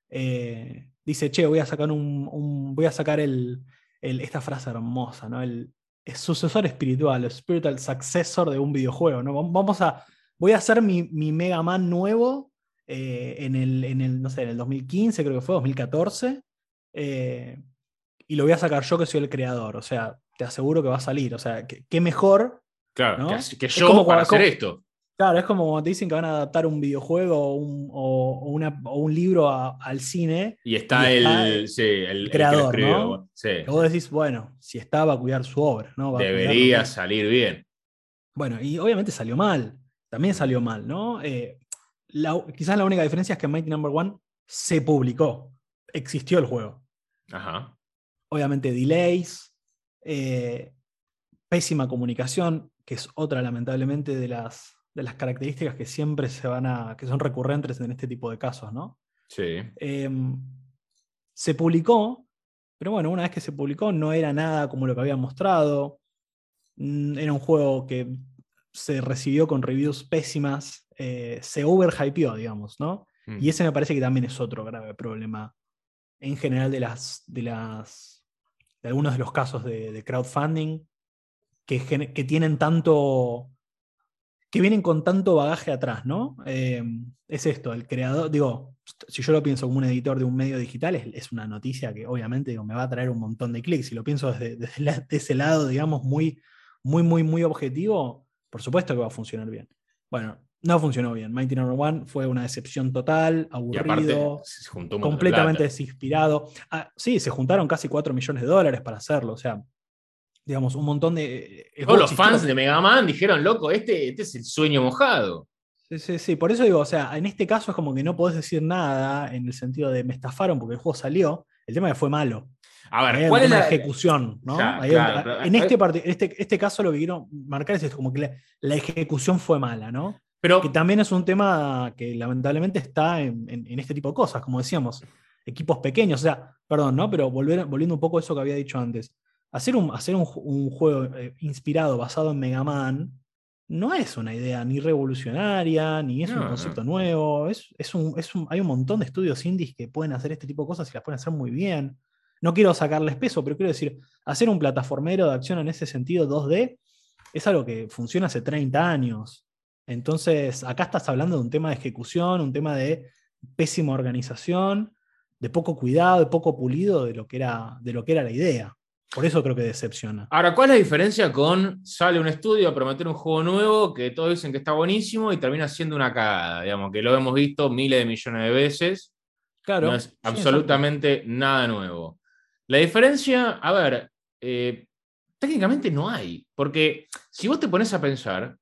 eh, dice, che, voy a sacar un, un voy a sacar el, el, esta frase hermosa, ¿no? El, el sucesor espiritual, el spiritual successor de un videojuego, ¿no? Vamos a, voy a hacer mi, mi Mega Man nuevo eh, en, el, en el, no sé, en el dos mil quince, creo que fue, dos mil catorce, eh, y lo voy a sacar yo que soy el creador, o sea, te aseguro que va a salir, o sea, qué mejor. Claro, ¿no? que, que yo como, para hacer como, esto. Claro, es como cuando te dicen que van a adaptar un videojuego o un, o, o una, o un libro a, al cine. Y está, y está el, el, sí, el, el creador, el que ¿no? Sí, que vos sí. decís, bueno, si está va a cuidar su obra, ¿no? Va Debería a salir bien. Bueno, y obviamente salió mal. También salió mal, ¿no? Eh, la, quizás la única diferencia es que Mighty Number One se publicó, existió el juego. Ajá. Obviamente delays, eh, pésima comunicación, que es otra lamentablemente de las, de las características que siempre se van a, que son recurrentes en este tipo de casos, ¿no? Sí. Eh, se publicó, pero bueno, una vez que se publicó no era nada como lo que habían mostrado. Mm, Era un juego que se recibió con reviews pésimas, eh, se overhypeó, digamos, ¿no? Y Mm. ese me parece que también es otro grave problema en general de las, de las, de algunos de los casos de, de crowdfunding que, gen- que tienen tanto, que vienen con tanto bagaje atrás, ¿no? Eh, es esto, el creador, digo, si yo lo pienso como un editor de un medio digital, es, es una noticia que obviamente digo, me va a traer un montón de clics. Si lo pienso desde, desde la- de ese lado, digamos, muy, muy, muy, muy objetivo, por supuesto que va a funcionar bien. Bueno, no funcionó bien. Mighty Number One fue una decepción total, Y aparte, aburrido, se juntó un montón de completamente plata. desinspirado. Ah, sí, se juntaron casi cuatro millones de dólares para hacerlo, o sea, digamos, un montón de... El Todos juego los fans existió. de Mega Man dijeron, loco, este, este es el sueño mojado. Sí, sí, sí, por eso digo, o sea, en este caso es como que no podés decir nada en el sentido de me estafaron porque el juego salió, el tema es que fue malo. A Ahí ver, hay un ¿cuál es tema de la...? ejecución, ¿no? Ya, Ahí hay un- claro, pero, en eh, este, parte- este, este caso lo que quiero marcar es esto, como que la, la ejecución fue mala, ¿no? Que pero también es un tema que lamentablemente está en, en- en este tipo de cosas, como decíamos, equipos pequeños, o sea, perdón, ¿no? Pero volver, volviendo un poco a eso que había dicho antes, hacer un, hacer un, ju- un juego eh, inspirado, basado en Mega Man, no es una idea ni revolucionaria, ni es un no, no. concepto nuevo, es, es un, es un- hay un montón de estudios indies que pueden hacer este tipo de cosas y las pueden hacer muy bien. No quiero sacarles peso, pero quiero decir, hacer un plataformero de acción en ese sentido dos D es algo que funciona hace treinta años. Entonces, acá estás hablando de un tema de ejecución, un tema de pésima organización, de poco cuidado, de poco pulido de lo que era, de lo que era la idea. Por eso creo que decepciona. Ahora, ¿cuál es la diferencia con sale un estudio a prometer un juego nuevo que todos dicen que está buenísimo y termina siendo una cagada? Digamos, que lo hemos visto miles de millones de veces. No Claro, es sí, exacto. absolutamente nada nuevo. La diferencia, a ver, eh, técnicamente no hay. Porque si vos te pones a pensar,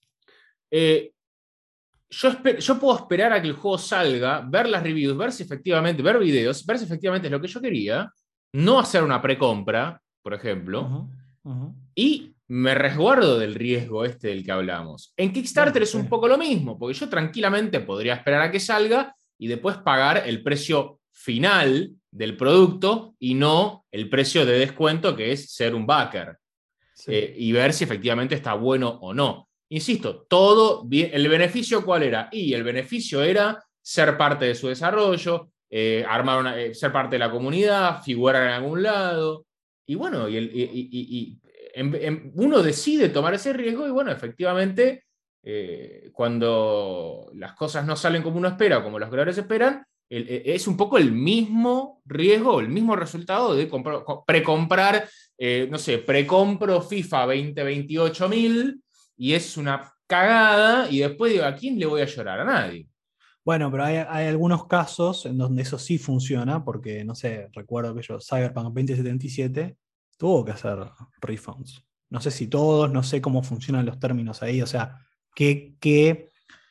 eh, yo, esper- yo puedo esperar a que el juego salga, ver las reviews, ver si efectivamente, ver videos, ver si efectivamente es lo que yo quería, no hacer una precompra, por ejemplo, Ujú, ujú. y me resguardo del riesgo este del que hablamos. En Kickstarter Bueno, es sí. un poco lo mismo, porque yo tranquilamente podría esperar a que salga y después pagar el precio final del producto y no el precio de descuento que es ser un backer, Sí. eh, y ver si efectivamente está bueno o no. Insisto, todo bien. ¿El beneficio cuál era? Y el beneficio era ser parte de su desarrollo, eh, armar una, eh, ser parte de la comunidad, figurar en algún lado. Y bueno, y, el, y, y, y en, en, uno decide tomar ese riesgo y bueno, efectivamente, eh, cuando las cosas no salen como uno espera o como los creadores esperan, el, es un poco el mismo riesgo, el mismo resultado de comprar, precomprar, eh, no sé, precompro FIFA veinte veintiocho mil y es una cagada y después digo, ¿a quién le voy a llorar? A nadie. Bueno, pero hay, hay algunos casos en donde eso sí funciona, porque, no sé, recuerdo que yo, Cyberpunk dos mil setenta y siete tuvo que hacer refunds. No sé si todos, no sé cómo funcionan los términos ahí, o sea, qué, qué,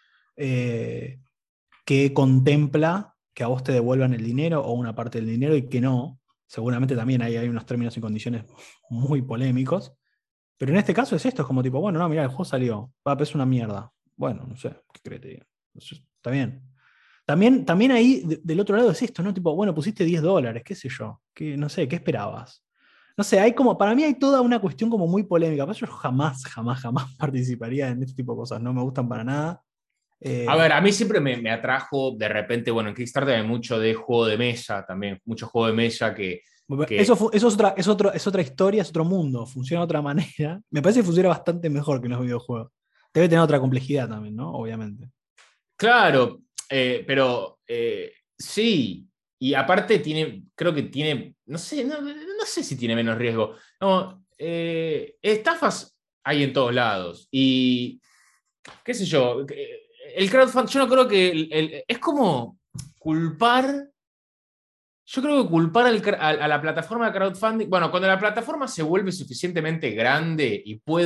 eh, qué contempla que a vos te devuelvan el dinero o una parte del dinero y que no. Seguramente también ahí hay unos términos y condiciones muy polémicos. Pero en este caso es esto, es como tipo, bueno, no, mira, el juego salió, va, pero es una mierda. Bueno, no sé, ¿qué crees que te diga? Eso está bien. También, también ahí de- del otro lado es esto, ¿no? Tipo, bueno, pusiste diez dólares, qué sé yo, que, no sé, ¿qué esperabas? No sé, hay como, para mí hay toda una cuestión como muy polémica. Por eso yo jamás, jamás, jamás participaría en este tipo de cosas, no me gustan para nada. A Eh, ver, a mí siempre me, me atrajo de repente, bueno, en Kickstarter hay mucho de juego de mesa también, mucho juego de mesa que, eso, que fu- eso es, otra, es, otro, es otra historia, es otro mundo, funciona de otra manera. Me parece que funciona bastante mejor que en los videojuegos. Debe tener otra complejidad también, ¿no? Obviamente. claro, eh, pero eh, sí, y aparte tiene, creo que tiene, no sé, no, no sé si tiene menos riesgo. No, eh, estafas hay en todos lados y qué sé yo, el crowdfunding, yo no creo que el- el- es como culpar, yo creo que culpar al cra- a, a la plataforma de crowdfunding, bueno, cuando la plataforma se vuelve suficientemente grande y puede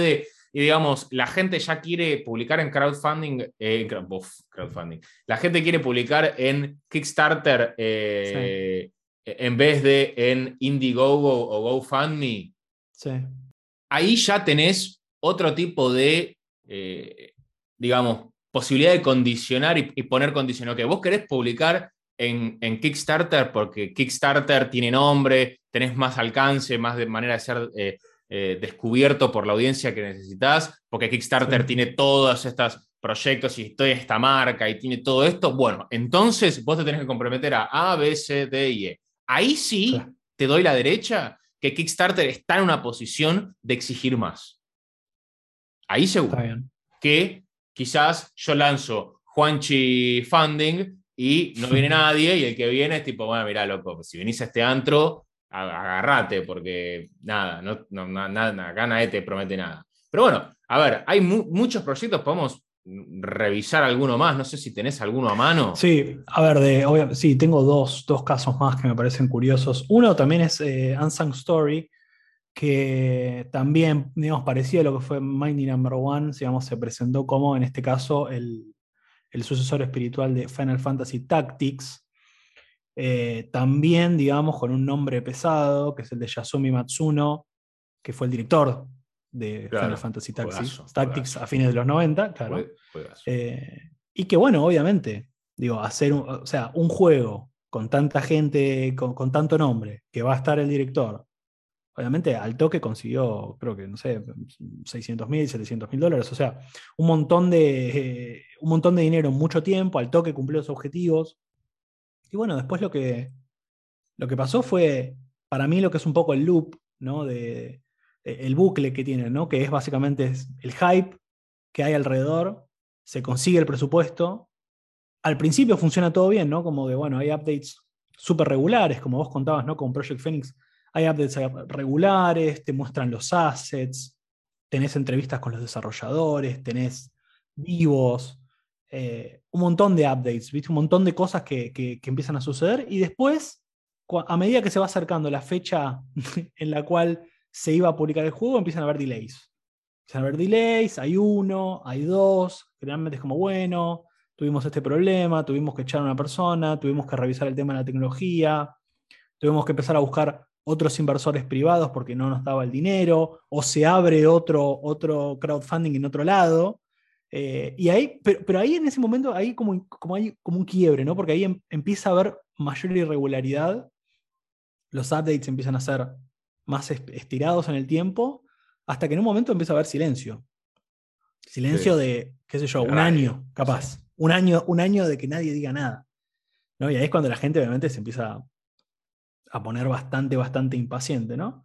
y digamos, la gente ya quiere publicar en crowdfunding, eh, uf, crowdfunding, la gente quiere publicar en Kickstarter eh, sí. en vez de en Indiegogo o GoFundMe, sí. ahí ya tenés otro tipo de, eh, digamos, posibilidad de condicionar y, y poner condición. Ok, vos querés publicar en, en Kickstarter porque Kickstarter tiene nombre, tenés más alcance, más de manera de ser eh, eh, descubierto por la audiencia que necesitas, porque Kickstarter sí. tiene todos estos proyectos y toda esta marca y tiene todo esto. Bueno, entonces vos te tenés que comprometer a A, B, C, D y E. Ahí sí, sí. te doy la derecha que Kickstarter está en una posición de exigir más. Ahí seguro. Está bien. Que quizás yo lanzo Juanchi Funding y no viene nadie y el que viene es tipo, bueno, mirá, loco, si venís a este antro, agarrate porque nada, no, no, nada, acá nadie te promete nada. Pero bueno, a ver, hay mu muchos proyectos, podemos revisar alguno más, no sé si tenés alguno a mano. Sí, a ver, de, obvio, sí, tengo dos, dos casos más que me parecen curiosos. Uno también es eh, Unsung Story, que también, digamos, parecido a lo que fue Mighty Number One, digamos, se presentó como, en este caso, el, el sucesor espiritual de Final Fantasy Tactics. Eh, también, digamos, con un nombre pesado, que es el de Yasumi Matsuno, que fue el director de claro, Final Fantasy Tactics, juegazo, Tactics juegazo. a fines de los noventa, claro. Juegazo. Eh, y que, bueno, obviamente, digo, hacer un, o sea, un juego con tanta gente, con, con tanto nombre, que va a estar el director. Obviamente al toque consiguió, creo que, no sé, seiscientos mil, setecientos mil dólares. O sea, un montón, de, eh, un montón de dinero en mucho tiempo, al toque cumplió los objetivos. Y bueno, después lo que, lo que pasó fue, para mí, lo que es un poco el loop, ¿no? De, el bucle que tiene, ¿no? Que es básicamente es el hype que hay alrededor, se consigue el presupuesto. Al principio funciona todo bien, ¿no? Como de, bueno, hay updates súper regulares, como vos contabas, ¿no? Con Project Phoenix. Hay updates regulares, te muestran los assets, tenés entrevistas con los desarrolladores, tenés vivos, eh, un montón de updates, ¿viste? Un montón de cosas que, que, que empiezan a suceder y después, a medida que se va acercando la fecha en la cual se iba a publicar el juego, empiezan a haber delays. Empiezan a haber delays, hay uno, hay dos, generalmente es como, bueno, tuvimos este problema, tuvimos que echar a una persona, tuvimos que revisar el tema de la tecnología, tuvimos que empezar a buscar otros inversores privados porque no nos daba el dinero, o se abre otro, otro crowdfunding en otro lado. Eh, y ahí, pero, pero ahí en ese momento hay como, como, hay como un quiebre, ¿no? Porque ahí em, empieza a haber mayor irregularidad, los updates empiezan a ser más estirados en el tiempo, hasta que en un momento empieza a haber silencio. Silencio sí. de, qué sé yo, un Radio, año, capaz. Sí. Un año, un año de que nadie diga nada, ¿no? Y ahí es cuando la gente obviamente se empieza a poner bastante, bastante impaciente, ¿no?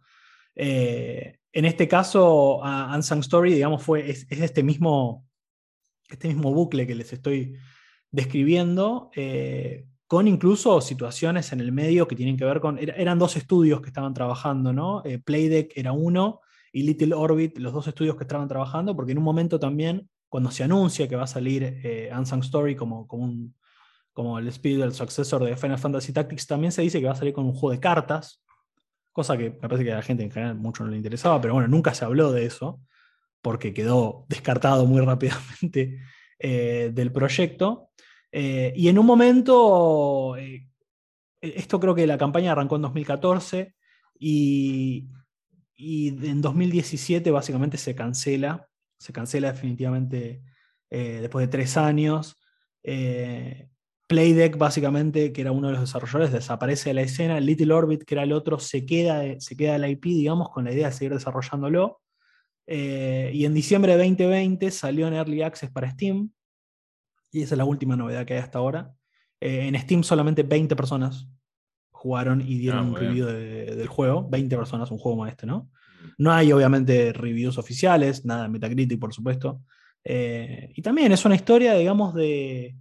Eh, en este caso, a Unsung Story, digamos, fue, es, es este, mismo, este mismo bucle que les estoy describiendo, eh, con incluso situaciones en el medio que tienen que ver con... Eran dos estudios que estaban trabajando, ¿no? Eh, Playdeck era uno y Little Orbit, los dos estudios que estaban trabajando, porque en un momento también, cuando se anuncia que va a salir eh, Unsung Story como, como un... como el Spirit, el successor de Final Fantasy Tactics, también se dice que va a salir con un juego de cartas, cosa que me parece que a la gente en general mucho no le interesaba, pero bueno, nunca se habló de eso, porque quedó descartado muy rápidamente eh, del proyecto. Eh, y en un momento, eh, esto creo que la campaña arrancó en dos mil catorce, y, y en dos mil diecisiete básicamente se cancela, se cancela definitivamente eh, después de tres años. Eh, Playdeck, básicamente, que era uno de los desarrolladores, desaparece de la escena. Little Orbit, que era el otro, se queda, se queda la I P, digamos, con la idea de seguir desarrollándolo. Eh, y en diciembre de veinte veinte salió en Early Access para Steam. Y esa es la última novedad que hay hasta ahora. Eh, en Steam solamente veinte personas jugaron y dieron ah, un review de, del juego. veinte personas, un juego como este, ¿no? No hay, obviamente, reviews oficiales, nada de Metacritic, por supuesto. Eh, y también es una historia, digamos, de...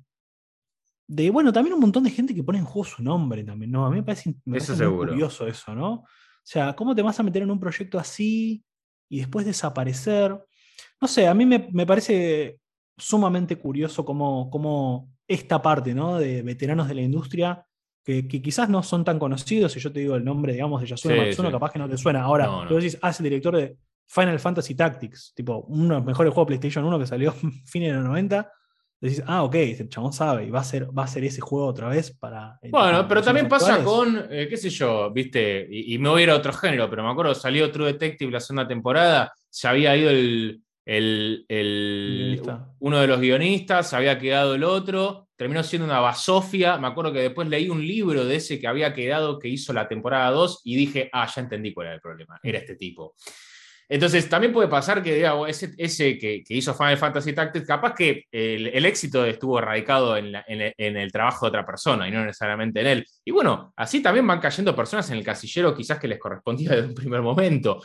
de, bueno, también un montón de gente que pone en juego su nombre también, ¿no? A mí me parece, me eso parece muy seguro. curioso eso, ¿no? O sea, ¿cómo te vas a meter en un proyecto así y después desaparecer? No sé, a mí me, me parece sumamente curioso cómo, cómo esta parte, ¿no? De veteranos de la industria, que, que quizás no son tan conocidos, si yo te digo el nombre, digamos, de Yasuo sí, Matsuno, sí. capaz que no te suena. Ahora, no, no. tú decís, ah, es el director de, Final Fantasy Tactics, tipo uno de los mejores juegos de PlayStation uno que salió a fines de los noventa. Decís, ah, ok, este chabón sabe, y va a ser, va a ser ese juego otra vez para, para Bueno, pero generaciones también pasa actuales. con, eh, qué sé yo, viste, y, y me voy a ir a otro género, pero me acuerdo, salió True Detective la segunda temporada, se había ido el, el, El el- guionista. uno de los guionistas, se había quedado el otro, terminó siendo una basofia, me acuerdo que después leí un libro de ese que había quedado, que hizo la temporada dos y dije, ah, ya entendí cuál era el problema, era este tipo. Entonces, también puede pasar que digamos, ese, ese que, que, hizo Final Fantasy Tactics, capaz que el, el éxito estuvo radicado en, la, en, el, en, el trabajo de otra persona y no necesariamente en él. Y bueno, así también van cayendo personas en el casillero quizás que les correspondía desde un primer momento.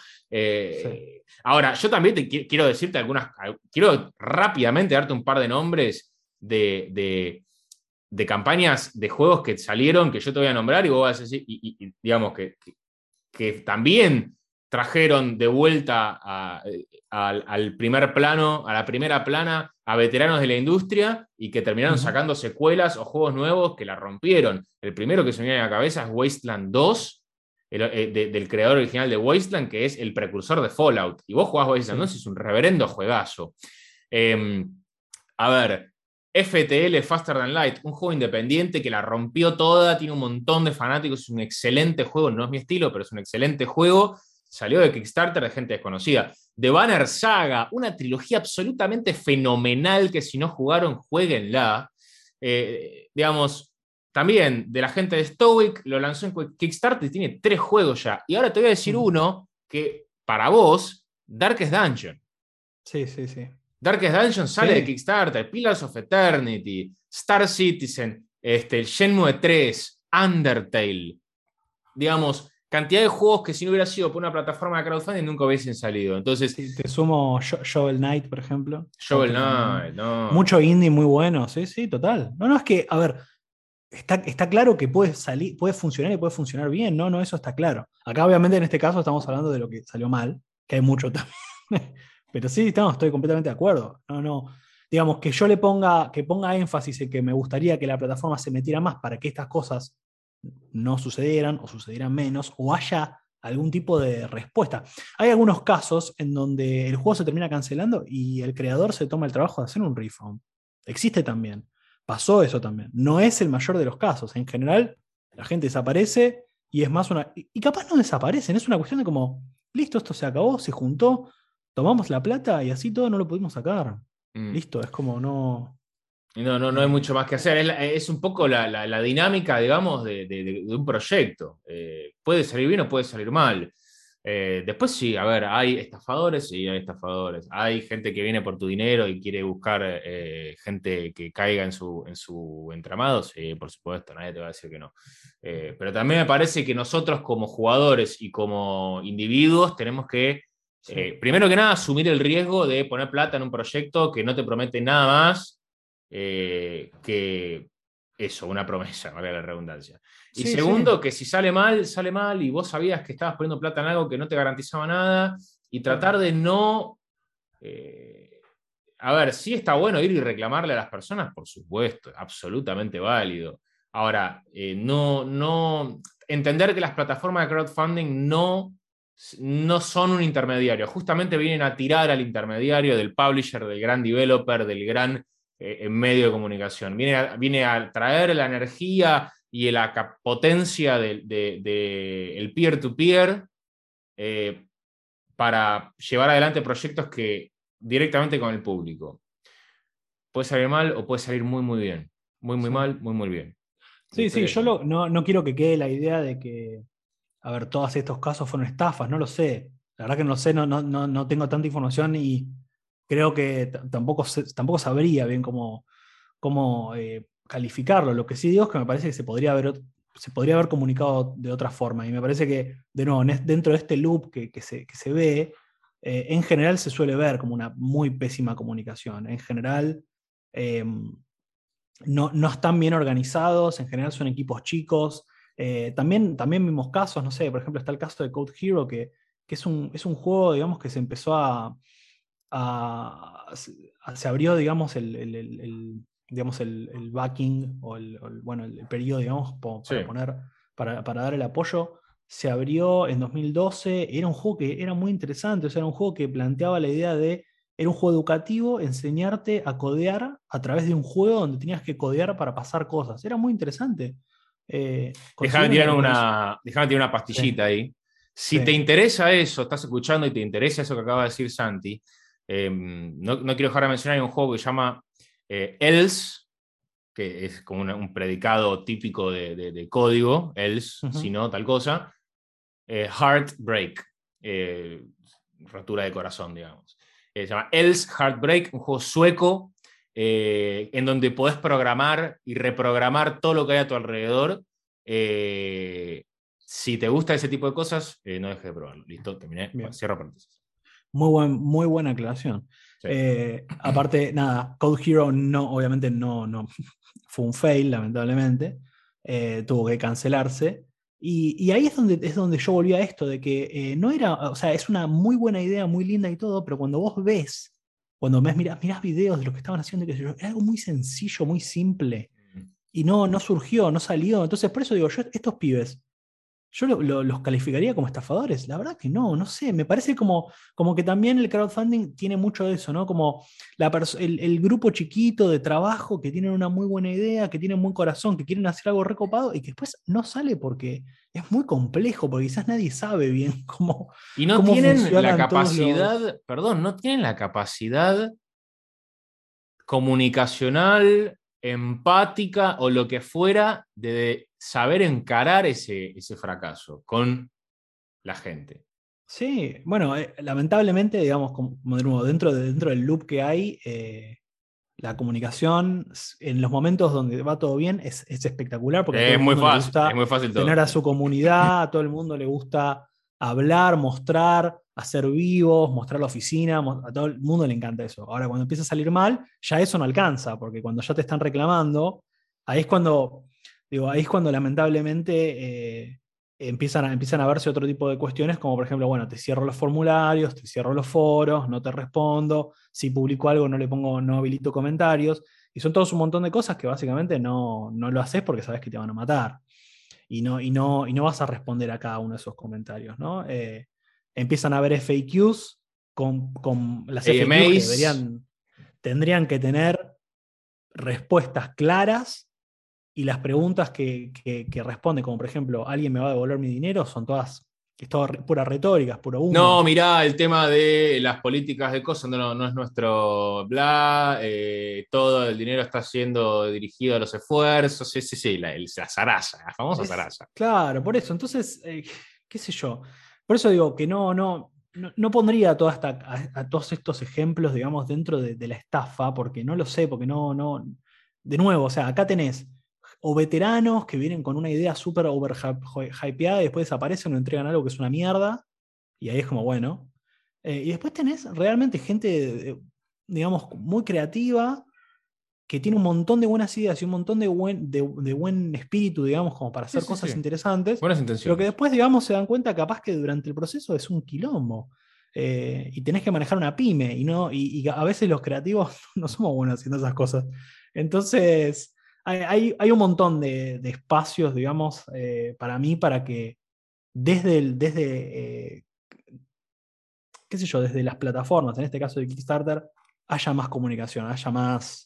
Eh, sí. Ahora, yo también te qu quiero decirte algunas, quiero rápidamente darte un par de nombres de, de, de campañas de juegos que salieron, que yo te voy a nombrar y vos vas a decir, y, y, y digamos que, que, que también trajeron de vuelta a, a, al primer plano, a la primera plana, a veteranos de la industria y que terminaron uh-huh. sacando secuelas o juegos nuevos que la rompieron. El primero que se me viene a la cabeza es Wasteland dos, el, eh, de, del creador original de Wasteland, que es el precursor de Fallout. Y vos jugás Wasteland dos, sí. Es un reverendo juegazo. Eh, a ver, F T L, Faster Than Light, un juego independiente que la rompió toda, tiene un montón de fanáticos, es un excelente juego, no es mi estilo, pero es un excelente juego. Salió de Kickstarter de gente desconocida. The Banner Saga, una trilogía absolutamente fenomenal que si no jugaron, jueguenla. Eh, digamos, también de la gente de Stoic, lo lanzó en Kickstarter y tiene tres juegos ya. Y ahora te voy a decir uh-huh. uno que, para vos, Darkest Dungeon. Sí, sí, sí. Darkest Dungeon sale sí. de Kickstarter, Pillars of Eternity, Star Citizen, este, el Shenmue tres, Undertale. Digamos, cantidad de juegos que si no hubiera sido por una plataforma de crowdfunding nunca hubiesen salido. Entonces, sí, te sumo Shovel Knight, por ejemplo. Shovel Knight, no. Mucho indie muy bueno, sí, sí, total. No, no, es que, a ver, está, está claro que puede salir, puede funcionar y puede funcionar bien, no, no, eso está claro. Acá, obviamente, en este caso estamos hablando de lo que salió mal, que hay mucho también. Pero sí, estamos, estoy completamente de acuerdo. No, no. Digamos, que yo le ponga, que ponga énfasis en que me gustaría que la plataforma se metiera más para que estas cosas no sucedieran o sucedieran menos o haya algún tipo de respuesta. Hay algunos casos en donde el juego se termina cancelando y el creador se toma el trabajo de hacer un refund. Existe también. Pasó eso también. No es el mayor de los casos. En general, la gente desaparece y es más una... Y capaz no desaparecen, es una cuestión de como, listo, esto se acabó, se juntó, tomamos la plata y así todo no lo pudimos sacar. Mm. Listo, es como no... No, no, no hay mucho más que hacer. Es, la, es un poco la, la, la dinámica, digamos, de, de, de un proyecto. Eh, puede salir bien o puede salir mal. Eh, después sí, a ver, hay estafadores, sí, hay estafadores. Hay gente que viene por tu dinero y quiere buscar eh, gente que caiga en su, en su entramado, sí, por supuesto, nadie te va a decir que no. Eh, pero también me parece que nosotros como jugadores y como individuos tenemos que, sí. eh, primero que nada, asumir el riesgo de poner plata en un proyecto que no te promete nada más Eh, que eso, una promesa, valga la redundancia. Y sí, segundo, sí. que si sale mal, sale mal y vos sabías que estabas poniendo plata en algo que no te garantizaba nada y tratar de no... Eh, a ver, sí está bueno ir y reclamarle a las personas, por supuesto, absolutamente válido. Ahora, eh, no, no... Entender que las plataformas de crowdfunding no, no son un intermediario, justamente vienen a tirar al intermediario del publisher, del gran developer, del gran... en medio de comunicación. Viene a, viene a traer la energía y la potencia del de, de, de peer-to-peer eh, para llevar adelante proyectos que directamente con el público. Puede salir mal o puede salir muy, muy bien. Muy, muy sí. mal, muy, muy bien. Sí, sí, yo lo, no, no quiero que quede la idea de que, a ver, todos estos casos fueron estafas, no lo sé. La verdad que no sé, no, no, no, no tengo tanta información y creo que tampoco, tampoco sabría bien cómo, cómo eh, calificarlo. Lo que sí digo es que me parece que se podría haber, se podría haber comunicado de otra forma. Y me parece que, de nuevo, dentro de este loop que, que, se, que se ve, eh, en general se suele ver como una muy pésima comunicación. En general, eh, no, no están bien organizados, en general son equipos chicos. Eh, también, también vimos casos, no sé, por ejemplo, está el caso de Code Hero, que, que es, un, es un juego, digamos, que se empezó a... a se abrió, digamos, el, el, el, el digamos, el, el backing o el, el, bueno, el periodo, digamos, para, sí. poner, para, para dar el apoyo se abrió en dos mil doce, era un juego que era muy interesante, o sea, era un juego que planteaba la idea de, era un juego educativo, enseñarte a codear a través de un juego donde tenías que codear para pasar cosas. Era muy interesante. Eh, Déjame considero tirar una, cons- una, déjame tirar una sí, pastillita ahí. Si te sí. interesa eso, estás escuchando y te interesa eso que acaba de decir Santi, eh, no, no quiero dejar de mencionar, hay un juego que se llama eh, Else, que es como una- un predicado típico de, de- de código, else, Ujú. si no, tal cosa. Eh, Heartbreak, eh, rotura de corazón, digamos. Eh, se llama Else Heartbreak, un juego sueco eh, en donde podés programar y reprogramar todo lo que hay a tu alrededor. Eh, si te gusta ese tipo de cosas, eh, no dejes de probarlo. Listo, terminé. Bien. Cierro paréntesis. Muy, buen, muy buena aclaración. Sí. Eh, aparte, nada, Code Hero no, obviamente no, no fue un fail, lamentablemente. Eh, tuvo que cancelarse. Y, y ahí es donde, es donde yo volví a esto, de que eh, no era, o sea, es una muy buena idea, muy linda y todo, pero cuando vos ves, cuando ves, mirás, mirás videos de lo que estaban haciendo, qué sé yo, era algo muy sencillo, muy simple. Y no, no surgió, no salió. Entonces, por eso digo, yo, estos pibes yo lo- lo- los calificaría como estafadores. La verdad que no, no sé. Me parece como, como que también el crowdfunding tiene mucho de eso, ¿no? Como la perso- el, el grupo chiquito de trabajo que tienen una muy buena idea, que tienen buen corazón, que quieren hacer algo recopado y que después no sale porque es muy complejo, porque quizás nadie sabe bien cómo, Y no cómo tienen la funcionan todos los. capacidad, perdón, no tienen la capacidad comunicacional, empática o lo que fuera de saber encarar ese, ese fracaso con la gente. Sí, bueno, eh, lamentablemente, digamos, como, como de nuevo, dentro, de, dentro del loop que hay, eh, la comunicación s- en los momentos donde va todo bien es, es espectacular porque a todo Es el muy mundo le fácil, es gusta muy fácil tener todo. a su comunidad, a todo el mundo le gusta hablar, mostrar, hacer vivos, mostrar la oficina, mo- a todo el mundo le encanta eso. Ahora, cuando empieza a salir mal, ya eso no alcanza, porque cuando ya te están reclamando, ahí es cuando, digo, ahí es cuando lamentablemente eh, empiezan a, empiezan a verse otro tipo de cuestiones, como por ejemplo, bueno, te cierro los formularios, te cierro los foros, no te respondo, si publico algo no le pongo, no habilito comentarios, y son todos un montón de cosas que básicamente no, no lo haces porque sabes que te van a matar, y no, y no, y no vas a responder a cada uno de esos comentarios, ¿no? Eh, empiezan a haber F A Qs con, con las F A Qs que A M As, deberían, tendrían que tener respuestas claras y las preguntas que, que, que responde, como por ejemplo, ¿alguien me va a devolver mi dinero? Son todas, es todo pura retórica, es puro no, humo. mirá, el tema de las políticas de cosas no, no es nuestro bla, eh, todo el dinero está siendo dirigido a los esfuerzos, sí, sí, sí, la, el- la zaraza, la famosa Es zaraza. claro, por eso. Entonces, eh, qué sé yo. Por eso digo que no, no, no, no pondría toda esta, a, a todos estos ejemplos, digamos, dentro de, de la estafa, porque no lo sé, porque no, no. De nuevo, o sea, acá tenés o veteranos que vienen con una idea súper over hypeada y después desaparecen o entregan algo que es una mierda, y ahí es como, bueno. Eh, y después tenés realmente gente, eh, digamos, muy creativa que tiene un montón de buenas ideas y un montón de buen, de, de buen espíritu, digamos, como para Sí, hacer sí, cosas sí. interesantes, Buenas pero que intenciones. después, digamos, se dan cuenta capaz que durante el proceso es un quilombo. Eh, y tenés que manejar una pyme y, no, y, y a veces los creativos no somos buenos haciendo esas cosas. Entonces, hay, hay, hay un montón de, de espacios, digamos, eh, para mí, para que desde, el, desde eh, qué sé yo, desde las plataformas, en este caso de Kickstarter, haya más comunicación, haya más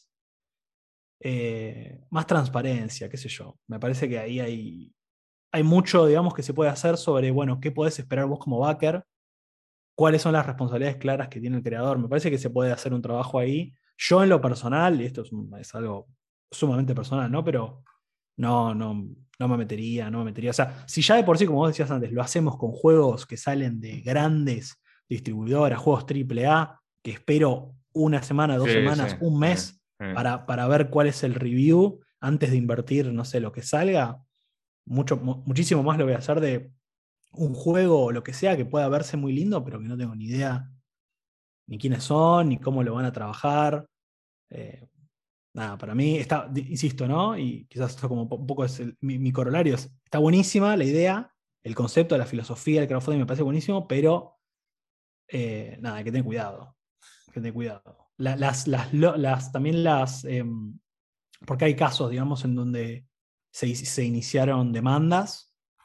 eh, más transparencia, qué sé yo. Me parece que ahí hay, hay mucho, digamos, que se puede hacer sobre, bueno, qué podés esperar vos como backer, cuáles son las responsabilidades claras que tiene el creador. Me parece que se puede hacer un trabajo ahí. Yo en lo personal, y esto es, un- es algo sumamente personal, ¿no? Pero no, no, no me metería, no me metería. O sea, si ya de por sí, como vos decías antes, lo hacemos con juegos que salen de grandes distribuidoras, juegos triple A, que espero una semana, dos Sí, sí. semanas, un Eh, mes eh. para, para ver cuál es el review antes de invertir, no sé, lo que salga, mucho, mu- muchísimo más lo voy a hacer de un juego o lo que sea que pueda verse muy lindo, pero que no tengo ni idea ni quiénes son, ni cómo lo van a trabajar. Eh, nada, para mí está, di- insisto, ¿no? Y quizás esto como po- un poco es el- mi, mi corolario, es, está buenísima la idea, el concepto, la filosofía del crowdfunding me parece buenísimo, pero eh, nada, hay que tener cuidado. Hay que tener cuidado. La- las, las, lo- las- también las, em, porque hay casos, digamos, en donde se, se iniciaron demandas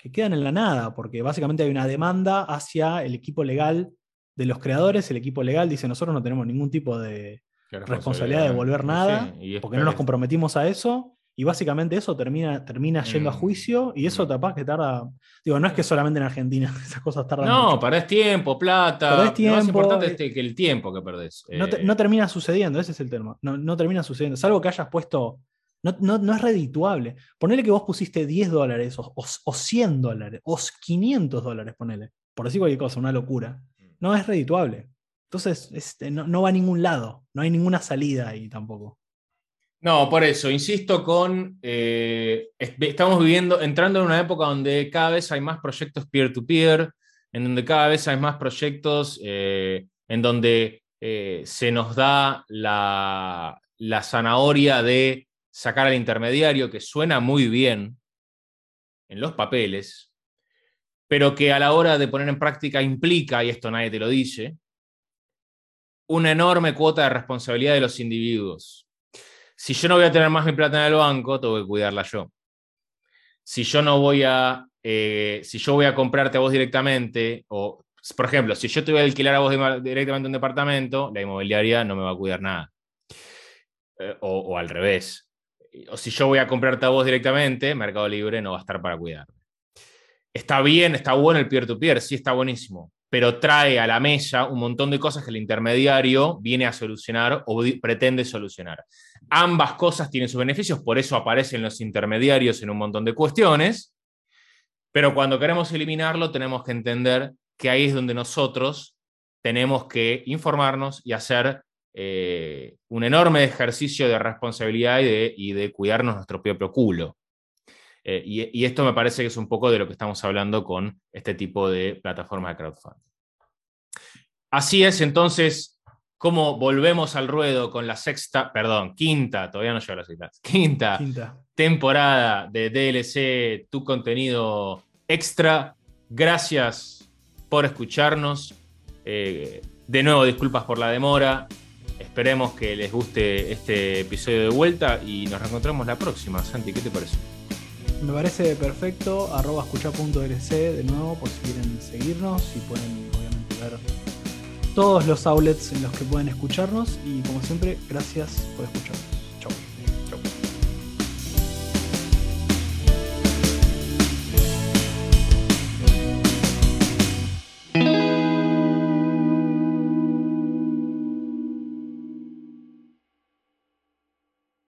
que quedan en la nada, porque básicamente hay una demanda hacia el equipo legal de los creadores. El equipo legal dice, nosotros no tenemos ningún tipo de responsabilidad de devolver nada, sí, porque no nos comprometimos a eso, y básicamente eso termina, termina yendo a juicio, y eso mm. capaz que tarda, digo, no es que solamente en Argentina, esas cosas tardan No, mucho. perdés tiempo, plata. Perdés Lo más tiempo, importante es eh, que el tiempo que perdés. no, te- Eh, no termina sucediendo, ese es el tema. No, no termina sucediendo. Salvo que hayas puesto. No, no, no es redituable. Ponele que vos pusiste diez dólares, o, o, o cien dólares, o quinientos dólares, ponele. Por decir cualquier cosa, una locura. No es redituable. Entonces, este, no, no va a ningún lado. No hay ninguna salida ahí tampoco. No, por eso, insisto con, eh, estamos viviendo, entrando en una época donde cada vez hay más proyectos peer-to-peer, en donde cada vez hay más proyectos eh, en donde eh, se nos da la, la zanahoria de sacar al intermediario, que suena muy bien en los papeles, pero que a la hora de poner en práctica implica, y esto nadie te lo dice, una enorme cuota de responsabilidad de los individuos. Si yo no voy a tener más mi plata en el banco, tengo que cuidarla yo. Si yo no voy a, eh, si yo voy a comprarte a vos directamente, o por ejemplo, si yo te voy a alquilar a vos directamente un departamento, la inmobiliaria no me va a cuidar nada. Eh, o, o al revés. O si yo voy a comprarte a vos directamente, Mercado Libre no va a estar para cuidarme. Está bien, está bueno el peer-to-peer, sí está buenísimo, pero trae a la mesa un montón de cosas que el intermediario viene a solucionar o pretende solucionar. Ambas cosas tienen sus beneficios, por eso aparecen los intermediarios en un montón de cuestiones, pero cuando queremos eliminarlo tenemos que entender que ahí es donde nosotros tenemos que informarnos y hacer eh, un enorme ejercicio de responsabilidad y de, y de cuidarnos nuestro propio culo. Eh, y, y esto me parece que es un poco de lo que estamos hablando con este tipo de plataforma de crowdfunding. Así es, entonces, ¿cómo volvemos al ruedo con la sexta, perdón, quinta, todavía no llevo la sexta, quinta, quinta temporada de D L C, tu contenido extra? Gracias por escucharnos. Eh, de nuevo, disculpas por la demora. Esperemos que les guste este episodio de vuelta y nos reencontramos la próxima. Santi, ¿qué te parece? Me parece perfecto, arroba escucha punto d l c de nuevo por si quieren seguirnos y pueden obviamente ver todos los outlets en los que pueden escucharnos y como siempre, gracias por escucharnos.